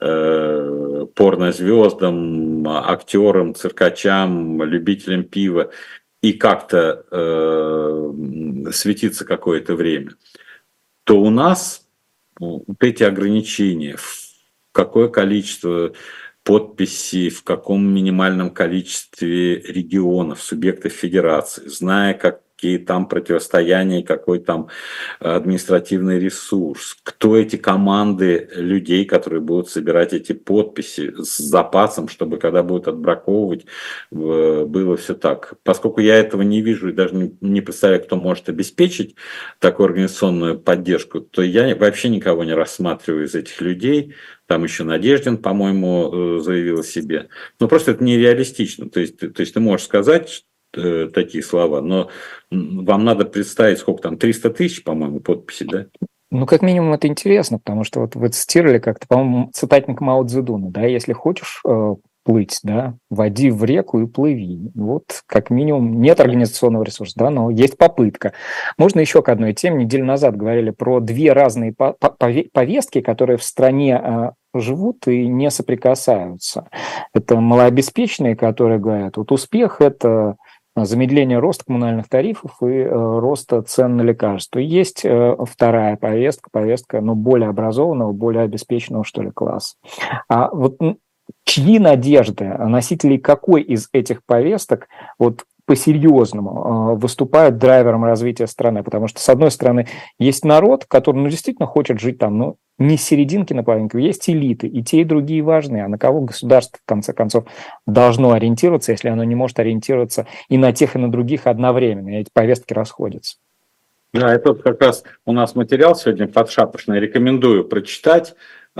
порнозвездам, актерам, циркачам, любителям пива и как-то светиться какое-то время, то у нас вот эти ограничения в какое количество подписей, в каком минимальном количестве регионов, субъектов федерации, зная, какие там противостояния, какой там административный ресурс, кто эти команды людей, которые будут собирать эти подписи с запасом, чтобы когда будут отбраковывать, было все так. Поскольку я этого не вижу и даже не представляю, кто может обеспечить такую организационную поддержку, то я вообще никого не рассматриваю из этих людей. Там еще Надеждин, по-моему, заявил о себе. Но просто это нереалистично. То есть ты можешь сказать такие слова, но вам надо представить, сколько там, 300 тысяч, по-моему, подписей, да? Ну, как минимум, это интересно, потому что вот вы цитировали как-то, по-моему, цитатник Мао Цзэдуна, да, если хочешь плыть, да, води в реку и плыви. Вот, как минимум, нет организационного ресурса, да, но есть попытка. Можно еще к одной теме. Неделю назад говорили про две разные повестки, которые в стране живут и не соприкасаются. Это малообеспеченные, которые говорят, вот успех – это замедление роста коммунальных тарифов и роста цен на лекарства. И есть вторая повестка, ну, более образованного, более обеспеченного, что ли, класса. А вот чьи надежды, носителей какой из этих повесток вот по-серьезному выступают драйвером развития страны? Потому что, с одной стороны, есть народ, который, ну, действительно хочет жить там, ну, не с серединки на половинку, есть элиты, и те, и другие важны. А на кого государство, в конце концов, должно ориентироваться, если оно не может ориентироваться и на тех, и на других одновременно, и эти повестки расходятся? Да, это вот как раз у нас материал сегодня подшапочный, рекомендую прочитать.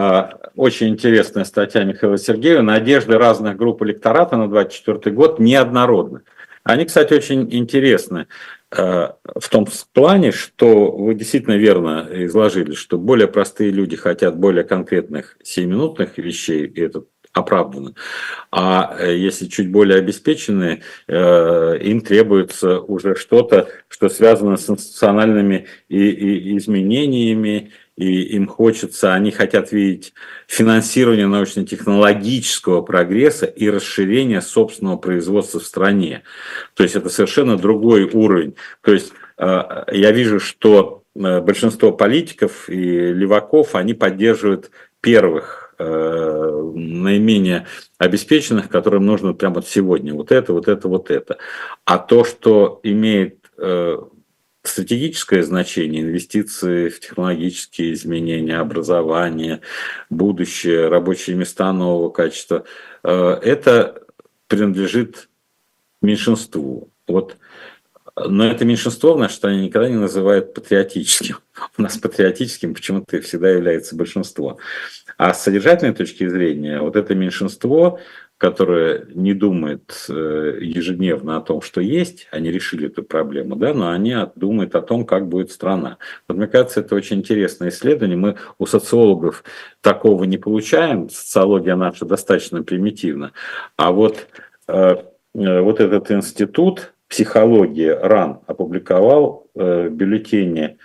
Очень интересная статья Михаила Сергеева «Надежды разных групп электората на 2024 год неоднородны». Они, кстати, очень интересны в том плане, что вы действительно верно изложили, что более простые люди хотят более конкретных сиюминутных вещей, и это оправданно. А если чуть более обеспеченные, им требуется уже что-то, что связано с институциональными изменениями, и им хочется, они хотят видеть финансирование научно-технологического прогресса и расширение собственного производства в стране. То есть это совершенно другой уровень. То есть я вижу, что большинство политиков и леваков, они поддерживают первых, наименее обеспеченных, которым нужно прямо вот сегодня вот это, вот это, вот это. А то, что имеет стратегическое значение, инвестиции в технологические изменения, образование, будущее, рабочие места нового качества, это принадлежит меньшинству. Вот. Но это меньшинство в нашей стране никогда не называют патриотическим. У нас патриотическим почему-то всегда является большинство. А с содержательной точки зрения, вот это меньшинство, которое не думает ежедневно о том, что есть, они решили эту проблему, да, но они думают о том, как будет страна. Вот, мне кажется, это очень интересное исследование. Мы у социологов такого не получаем, социология наша достаточно примитивна. А вот этот институт психологии РАН опубликовал в бюллетене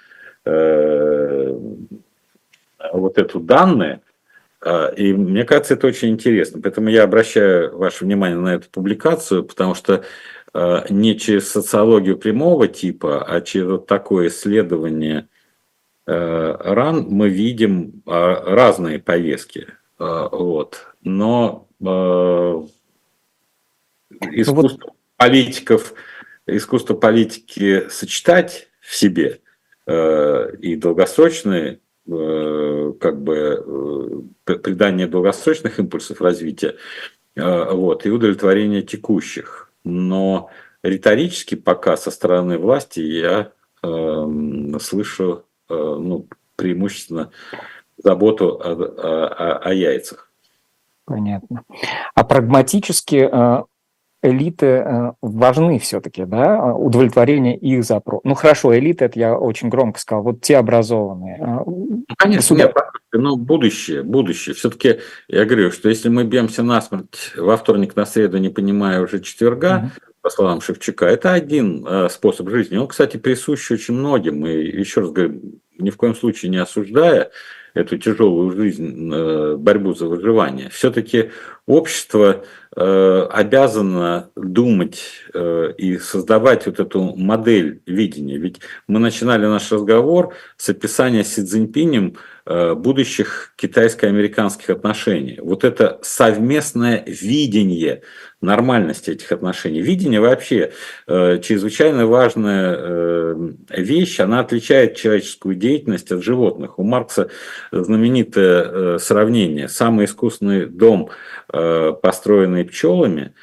вот эту данные. И мне кажется, это очень интересно. Поэтому я обращаю ваше внимание на эту публикацию, потому что не через социологию прямого типа, а через вот такое исследование РАН мы видим разные повестки. Вот. Но искусство политики сочетать в себе и долгосрочные придание долгосрочных импульсов развития, вот, и удовлетворение текущих. Но риторически пока со стороны власти я слышу преимущественно заботу о яйцах. Понятно. А прагматически элиты важны все-таки, да, удовлетворение их запросов. Ну хорошо, элиты, это я очень громко сказал, вот те образованные. Конечно, нет, но будущее. Все-таки я говорю, что если мы бьемся насмерть во вторник, на среду, не понимая уже четверга, по словам Шевчука, это один способ жизни. Он, кстати, присущ очень многим. И еще раз говорю, ни в коем случае не осуждая эту тяжелую жизнь, борьбу за выживание. Все-таки общество обязана думать и создавать вот эту модель видения. Ведь мы начинали наш разговор с описания Си Цзиньпинем будущих китайско-американских отношений. Вот это совместное видение нормальности этих отношений. Видение вообще чрезвычайно важная вещь, она отличает человеческую деятельность от животных. У Маркса знаменитое сравнение. Самый искусный дом, построенный пчелами,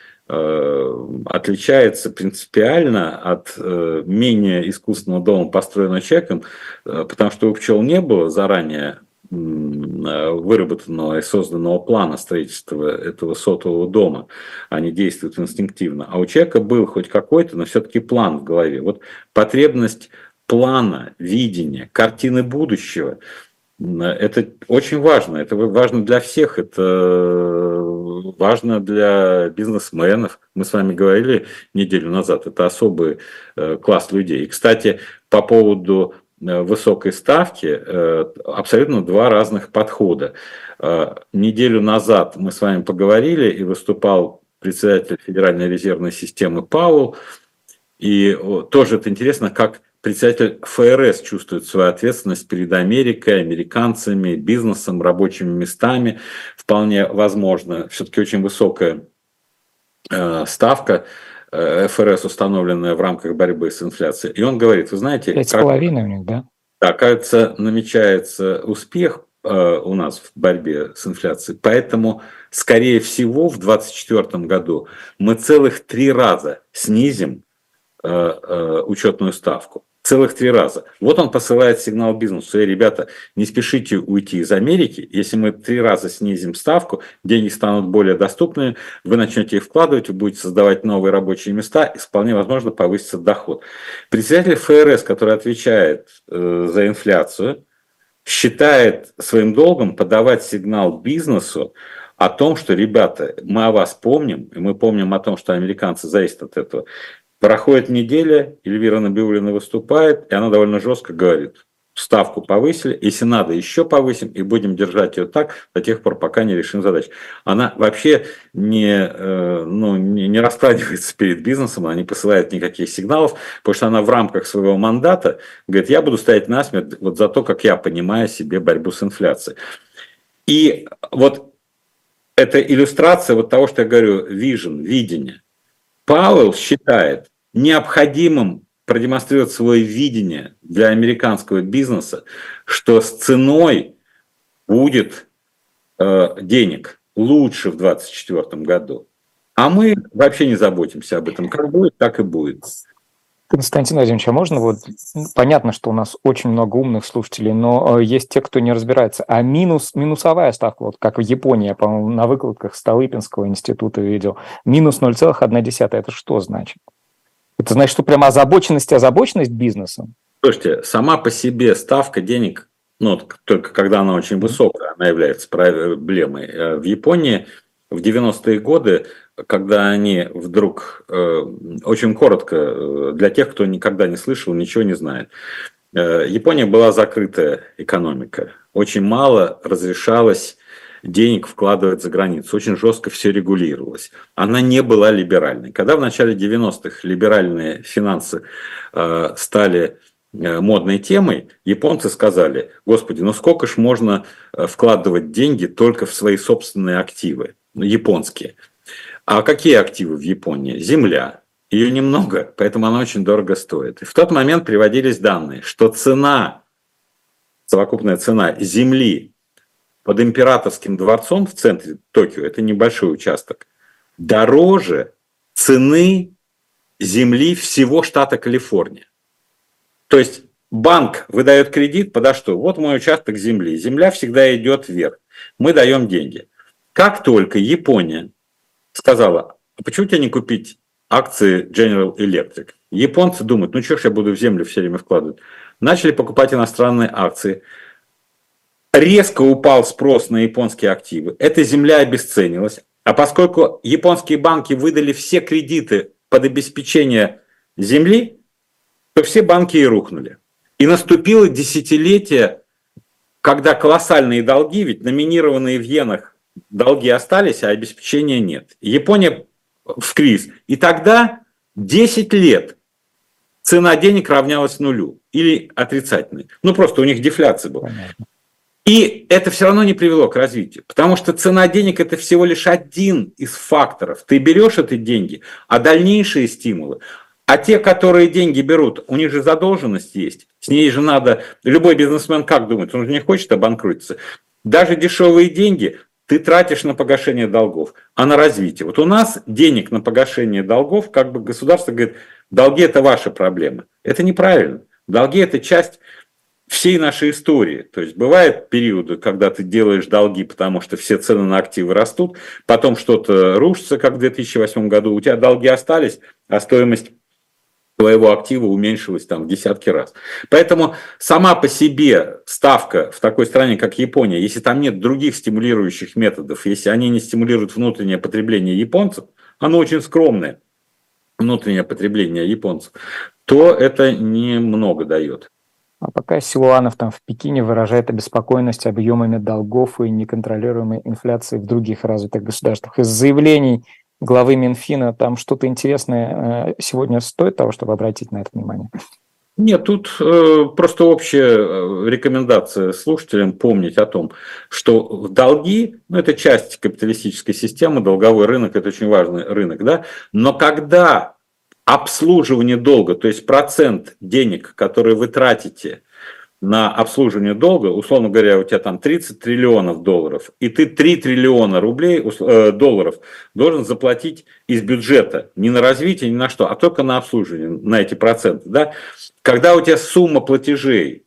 отличается принципиально от менее искусственного дома, построенного человеком, потому что у пчел не было заранее выработанного и созданного плана строительства этого сотового дома. Они действуют инстинктивно. А у человека был хоть какой-то, но все-таки план в голове. Вот потребность плана, видения, картины будущего – это очень важно. Это важно для всех. Это важно для бизнесменов. Мы с вами говорили неделю назад. Это особый класс людей. И, кстати, по поводу высокой ставки абсолютно два разных подхода. Неделю назад мы с вами поговорили, и выступал председатель Федеральной резервной системы Пауэлл. И тоже это интересно, как председатель ФРС чувствует свою ответственность перед Америкой, американцами, бизнесом, рабочими местами. Вполне возможно, все-таки очень высокая ставка ФРС, установленная в рамках борьбы с инфляцией. И он говорит, вы знаете... 5,5 у них, да? Да, кажется, намечается успех у нас в борьбе с инфляцией. Поэтому, скорее всего, в 2024 году мы целых 3 раза снизим учетную ставку. Целых 3 раза. Вот он посылает сигнал бизнесу. Ребята, не спешите уйти из Америки. Если мы 3 раза снизим ставку, деньги станут более доступными, вы начнете их вкладывать, вы будете создавать новые рабочие места, и вполне возможно повысится доход. Председатель ФРС, который отвечает за инфляцию, считает своим долгом подавать сигнал бизнесу о том, что, ребята, мы о вас помним, и мы помним о том, что американцы зависят от этого. Проходит неделя, Эльвира Набиуллина выступает, и она довольно жестко говорит, ставку повысили, если надо, еще повысим, и будем держать ее так до тех пор, пока не решим задачу. Она вообще не расстраивается перед бизнесом, она не посылает никаких сигналов, потому что она в рамках своего мандата говорит, я буду стоять насмерть вот за то, как я понимаю себе борьбу с инфляцией. И вот это иллюстрация вот того, что я говорю, видение. Пауэлл считает необходимым продемонстрировать свое видение для американского бизнеса, что с ценой будет денег лучше в 2024 году. А мы вообще не заботимся об этом. Как будет, так и будет. Константин Владимирович, а можно понятно, что у нас очень много умных слушателей, но есть те, кто не разбирается. А минусовая ставка, вот как в Японии, я, по-моему, на выкладках Столыпинского института видел, минус 0,1, это что значит? Это значит, что прямо озабоченность бизнесом? Слушайте, сама по себе ставка денег, только когда она очень высокая, она является проблемой. В Японии в 90-е годы, когда они вдруг, очень коротко, для тех, кто никогда не слышал, ничего не знает, Япония была закрытая экономика. Очень мало разрешалось денег вкладывать за границу. Очень жестко все регулировалось. Она не была либеральной. Когда в начале 90-х либеральные финансы стали модной темой, японцы сказали, господи, сколько ж можно вкладывать деньги только в свои собственные активы, японские. А какие активы в Японии? Земля. Ее немного, поэтому она очень дорого стоит. И в тот момент приводились данные, что совокупная цена земли под Императорским дворцом в центре Токио, это небольшой участок, дороже цены земли всего штата Калифорния. То есть банк выдает кредит, подо что? Вот мой участок земли. Земля всегда идет вверх. Мы даем деньги. Как только Япония сказала, а почему тебе не купить акции General Electric? Японцы думают, что ж я буду в землю все время вкладывать. Начали покупать иностранные акции. Резко упал спрос на японские активы. Эта земля обесценилась. А поскольку японские банки выдали все кредиты под обеспечение земли, то все банки и рухнули. И наступило десятилетие, когда колоссальные долги, ведь номинированные в иенах долги остались, а обеспечения нет. Япония в кризис. И тогда 10 лет цена денег равнялась нулю или отрицательной. Ну, просто у них дефляция была. Понятно. И это все равно не привело к развитию, потому что цена денег – это всего лишь один из факторов. Ты берешь эти деньги, а дальнейшие стимулы, а те, которые деньги берут, у них же задолженность есть, с ней же надо… Любой бизнесмен как думает? Он же не хочет обанкротиться. Даже дешевые деньги ты тратишь на погашение долгов, а на развитие. Вот у нас денег на погашение долгов, как бы государство говорит, долги – это ваши проблемы. Это неправильно. Долги – это часть всей нашей истории. То есть бывают периоды, когда ты делаешь долги, потому что все цены на активы растут, потом что-то рушится, как в 2008 году, у тебя долги остались, а стоимость твоего актива уменьшилась там в десятки раз. Поэтому сама по себе ставка в такой стране, как Япония, если там нет других стимулирующих методов, если они не стимулируют внутреннее потребление японцев, оно очень скромное, внутреннее потребление японцев, то это немного дает. А пока Силуанов там в Пекине выражает обеспокоенность объемами долгов и неконтролируемой инфляции в других развитых государствах. Из заявлений главы Минфина там что-то интересное сегодня стоит того, чтобы обратить на это внимание? Нет, тут просто общая рекомендация слушателям помнить о том, что долги, ну, это часть капиталистической системы, долговой рынок – это очень важный рынок, да, но когда обслуживание долга, то есть процент денег, которые вы тратите на обслуживание долга, условно говоря, у тебя там 30 триллионов долларов, и ты 3 триллиона долларов должен заплатить из бюджета не на развитие, ни на что, а только на обслуживание, на эти проценты. Да? Когда у тебя сумма платежей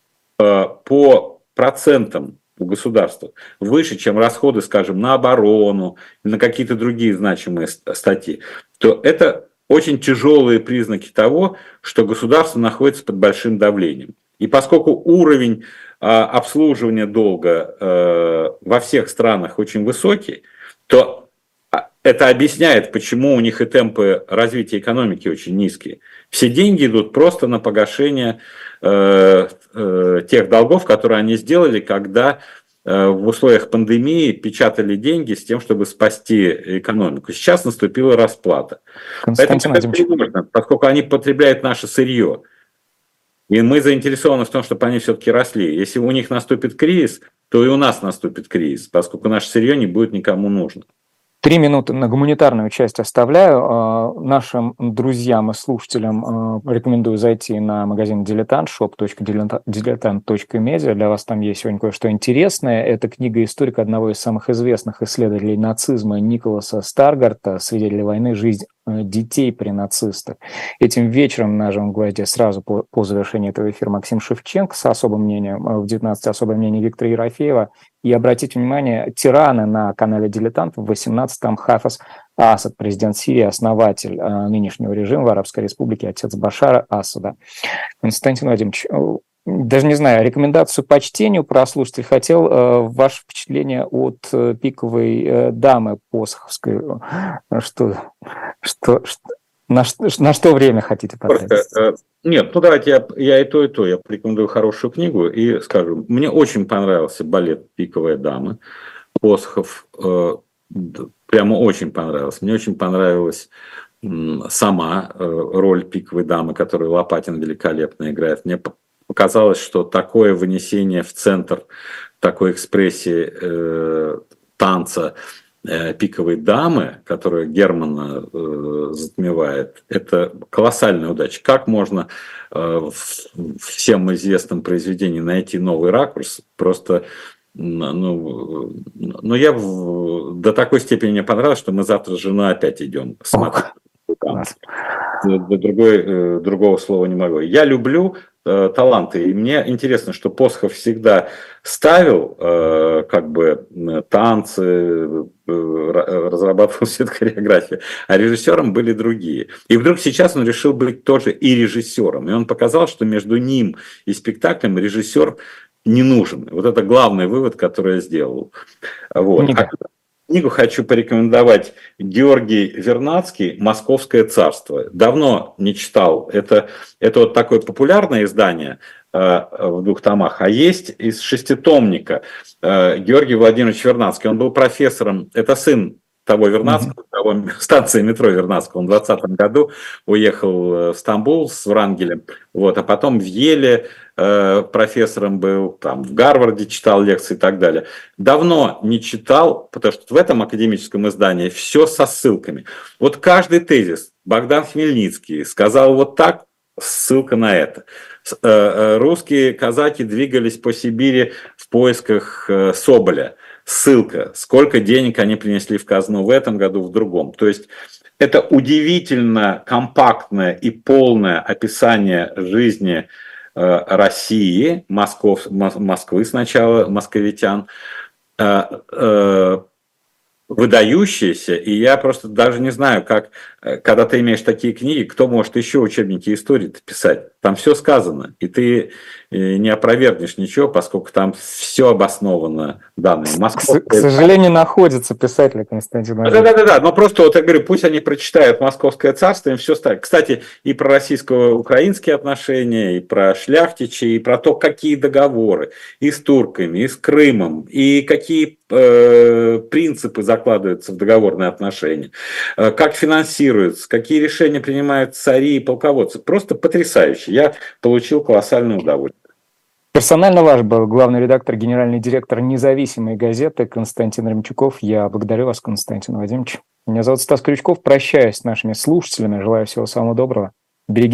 по процентам у государства выше, чем расходы, скажем, на оборону, на какие-то другие значимые статьи, то это очень тяжелые признаки того, что государство находится под большим давлением. И поскольку уровень обслуживания долга во всех странах очень высокий, то это объясняет, почему у них и темпы развития экономики очень низкие. Все деньги идут просто на погашение тех долгов, которые они сделали, когда в условиях пандемии печатали деньги с тем, чтобы спасти экономику. Сейчас наступила расплата. Константин Владимирович, поскольку они потребляют наше сырье. И мы заинтересованы в том, чтобы они все-таки росли. Если у них наступит кризис, то и у нас наступит кризис, поскольку наше сырье не будет никому нужно. 3 минуты на гуманитарную часть оставляю. Нашим друзьям и слушателям рекомендую зайти на магазин «Дилетант», shop.diletant.media. Для вас там есть сегодня кое-что интересное. Это книга историка одного из самых известных исследователей нацизма Николаса Старгарта «Свидетели войны. Жизнь детей при нацистах». Этим вечером на «Живом гвозде» сразу по завершении этого эфира Максим Шевченко с особым мнением, в 19 особое мнение Виктора Ерофеева. И обратите внимание, тираны на канале «Дилетант» в 18-м Хафез Асад, президент Сирии, основатель нынешнего режима в Арабской Республике, отец Башара Асада. Константин Владимирович, даже не знаю, рекомендацию по чтению прослушать. Хотел ваше впечатление от пиковой дамы Посоховской. На что время хотите потратить? Нет, ну давайте я и то, я порекомендую хорошую книгу и скажу. Мне очень понравился балет «Пиковая дама». Посохов прямо очень понравился. Мне очень понравилась сама роль «Пиковой дамы», которую Лопатин великолепно играет. Мне показалось, что такое вынесение в центр такой экспрессии танца «Пиковой дамы», которая Германа затмевает, это колоссальная удача. Как можно в всем известном произведении найти новый ракурс? Просто, я до такой степени мне понравилось, что мы завтра с женой опять идем смотреть. Другого слова не могу. Я люблю таланты, и мне интересно, что Посохов всегда ставил танцы, разрабатывал всю эту хореографию, а режиссером были другие. И вдруг сейчас он решил быть тоже и режиссером, и он показал, что между ним и спектаклем режиссер не нужен. Вот это главный вывод, который я сделал. Вот. Книгу хочу порекомендовать. Георгий Вернадский «Московское царство». Давно не читал. Это вот такое популярное издание. в 2 томах, а есть из 6-томника Георгий Владимирович Вернадский. Он был профессором, это сын того Вернадского, того станции метро Вернадского. Он в 2020 году уехал в Стамбул с Врангелем, вот, а потом в Еле профессором был, там, в Гарварде читал лекции и так далее. Давно не читал, потому что в этом академическом издании все со ссылками. Вот каждый тезис Богдан Хмельницкий сказал вот так, ссылка на это. Русские казаки двигались по Сибири в поисках Соболя. Ссылка, сколько денег они принесли в казну в этом году, в другом. То есть это удивительно компактное и полное описание жизни России, Москвы сначала, московитян, выдающиеся, и я просто даже не знаю, как, когда ты имеешь такие книги, кто может еще учебники истории писать. Там все сказано, и ты не опровергнешь ничего, поскольку там все обосновано данными. К сожалению, находится писатель Константин Владимирович. Да, но просто вот я говорю, пусть они прочитают «Московское царство», им все ставят. Кстати, и про российско-украинские отношения, и про шляхтичей, и про то, какие договоры и с турками, и с Крымом, и какие принципы закладываются в договорные отношения, как финансируются, какие решения принимают цари и полководцы. Просто потрясающе. Я получил колоссальное удовольствие. Персонально ваш был главный редактор, генеральный директор независимой газеты Константин Ремчуков. Я благодарю вас, Константин Владимирович. Меня зовут Стас Крючков. Прощаюсь с нашими слушателями. Желаю всего самого доброго. Берегите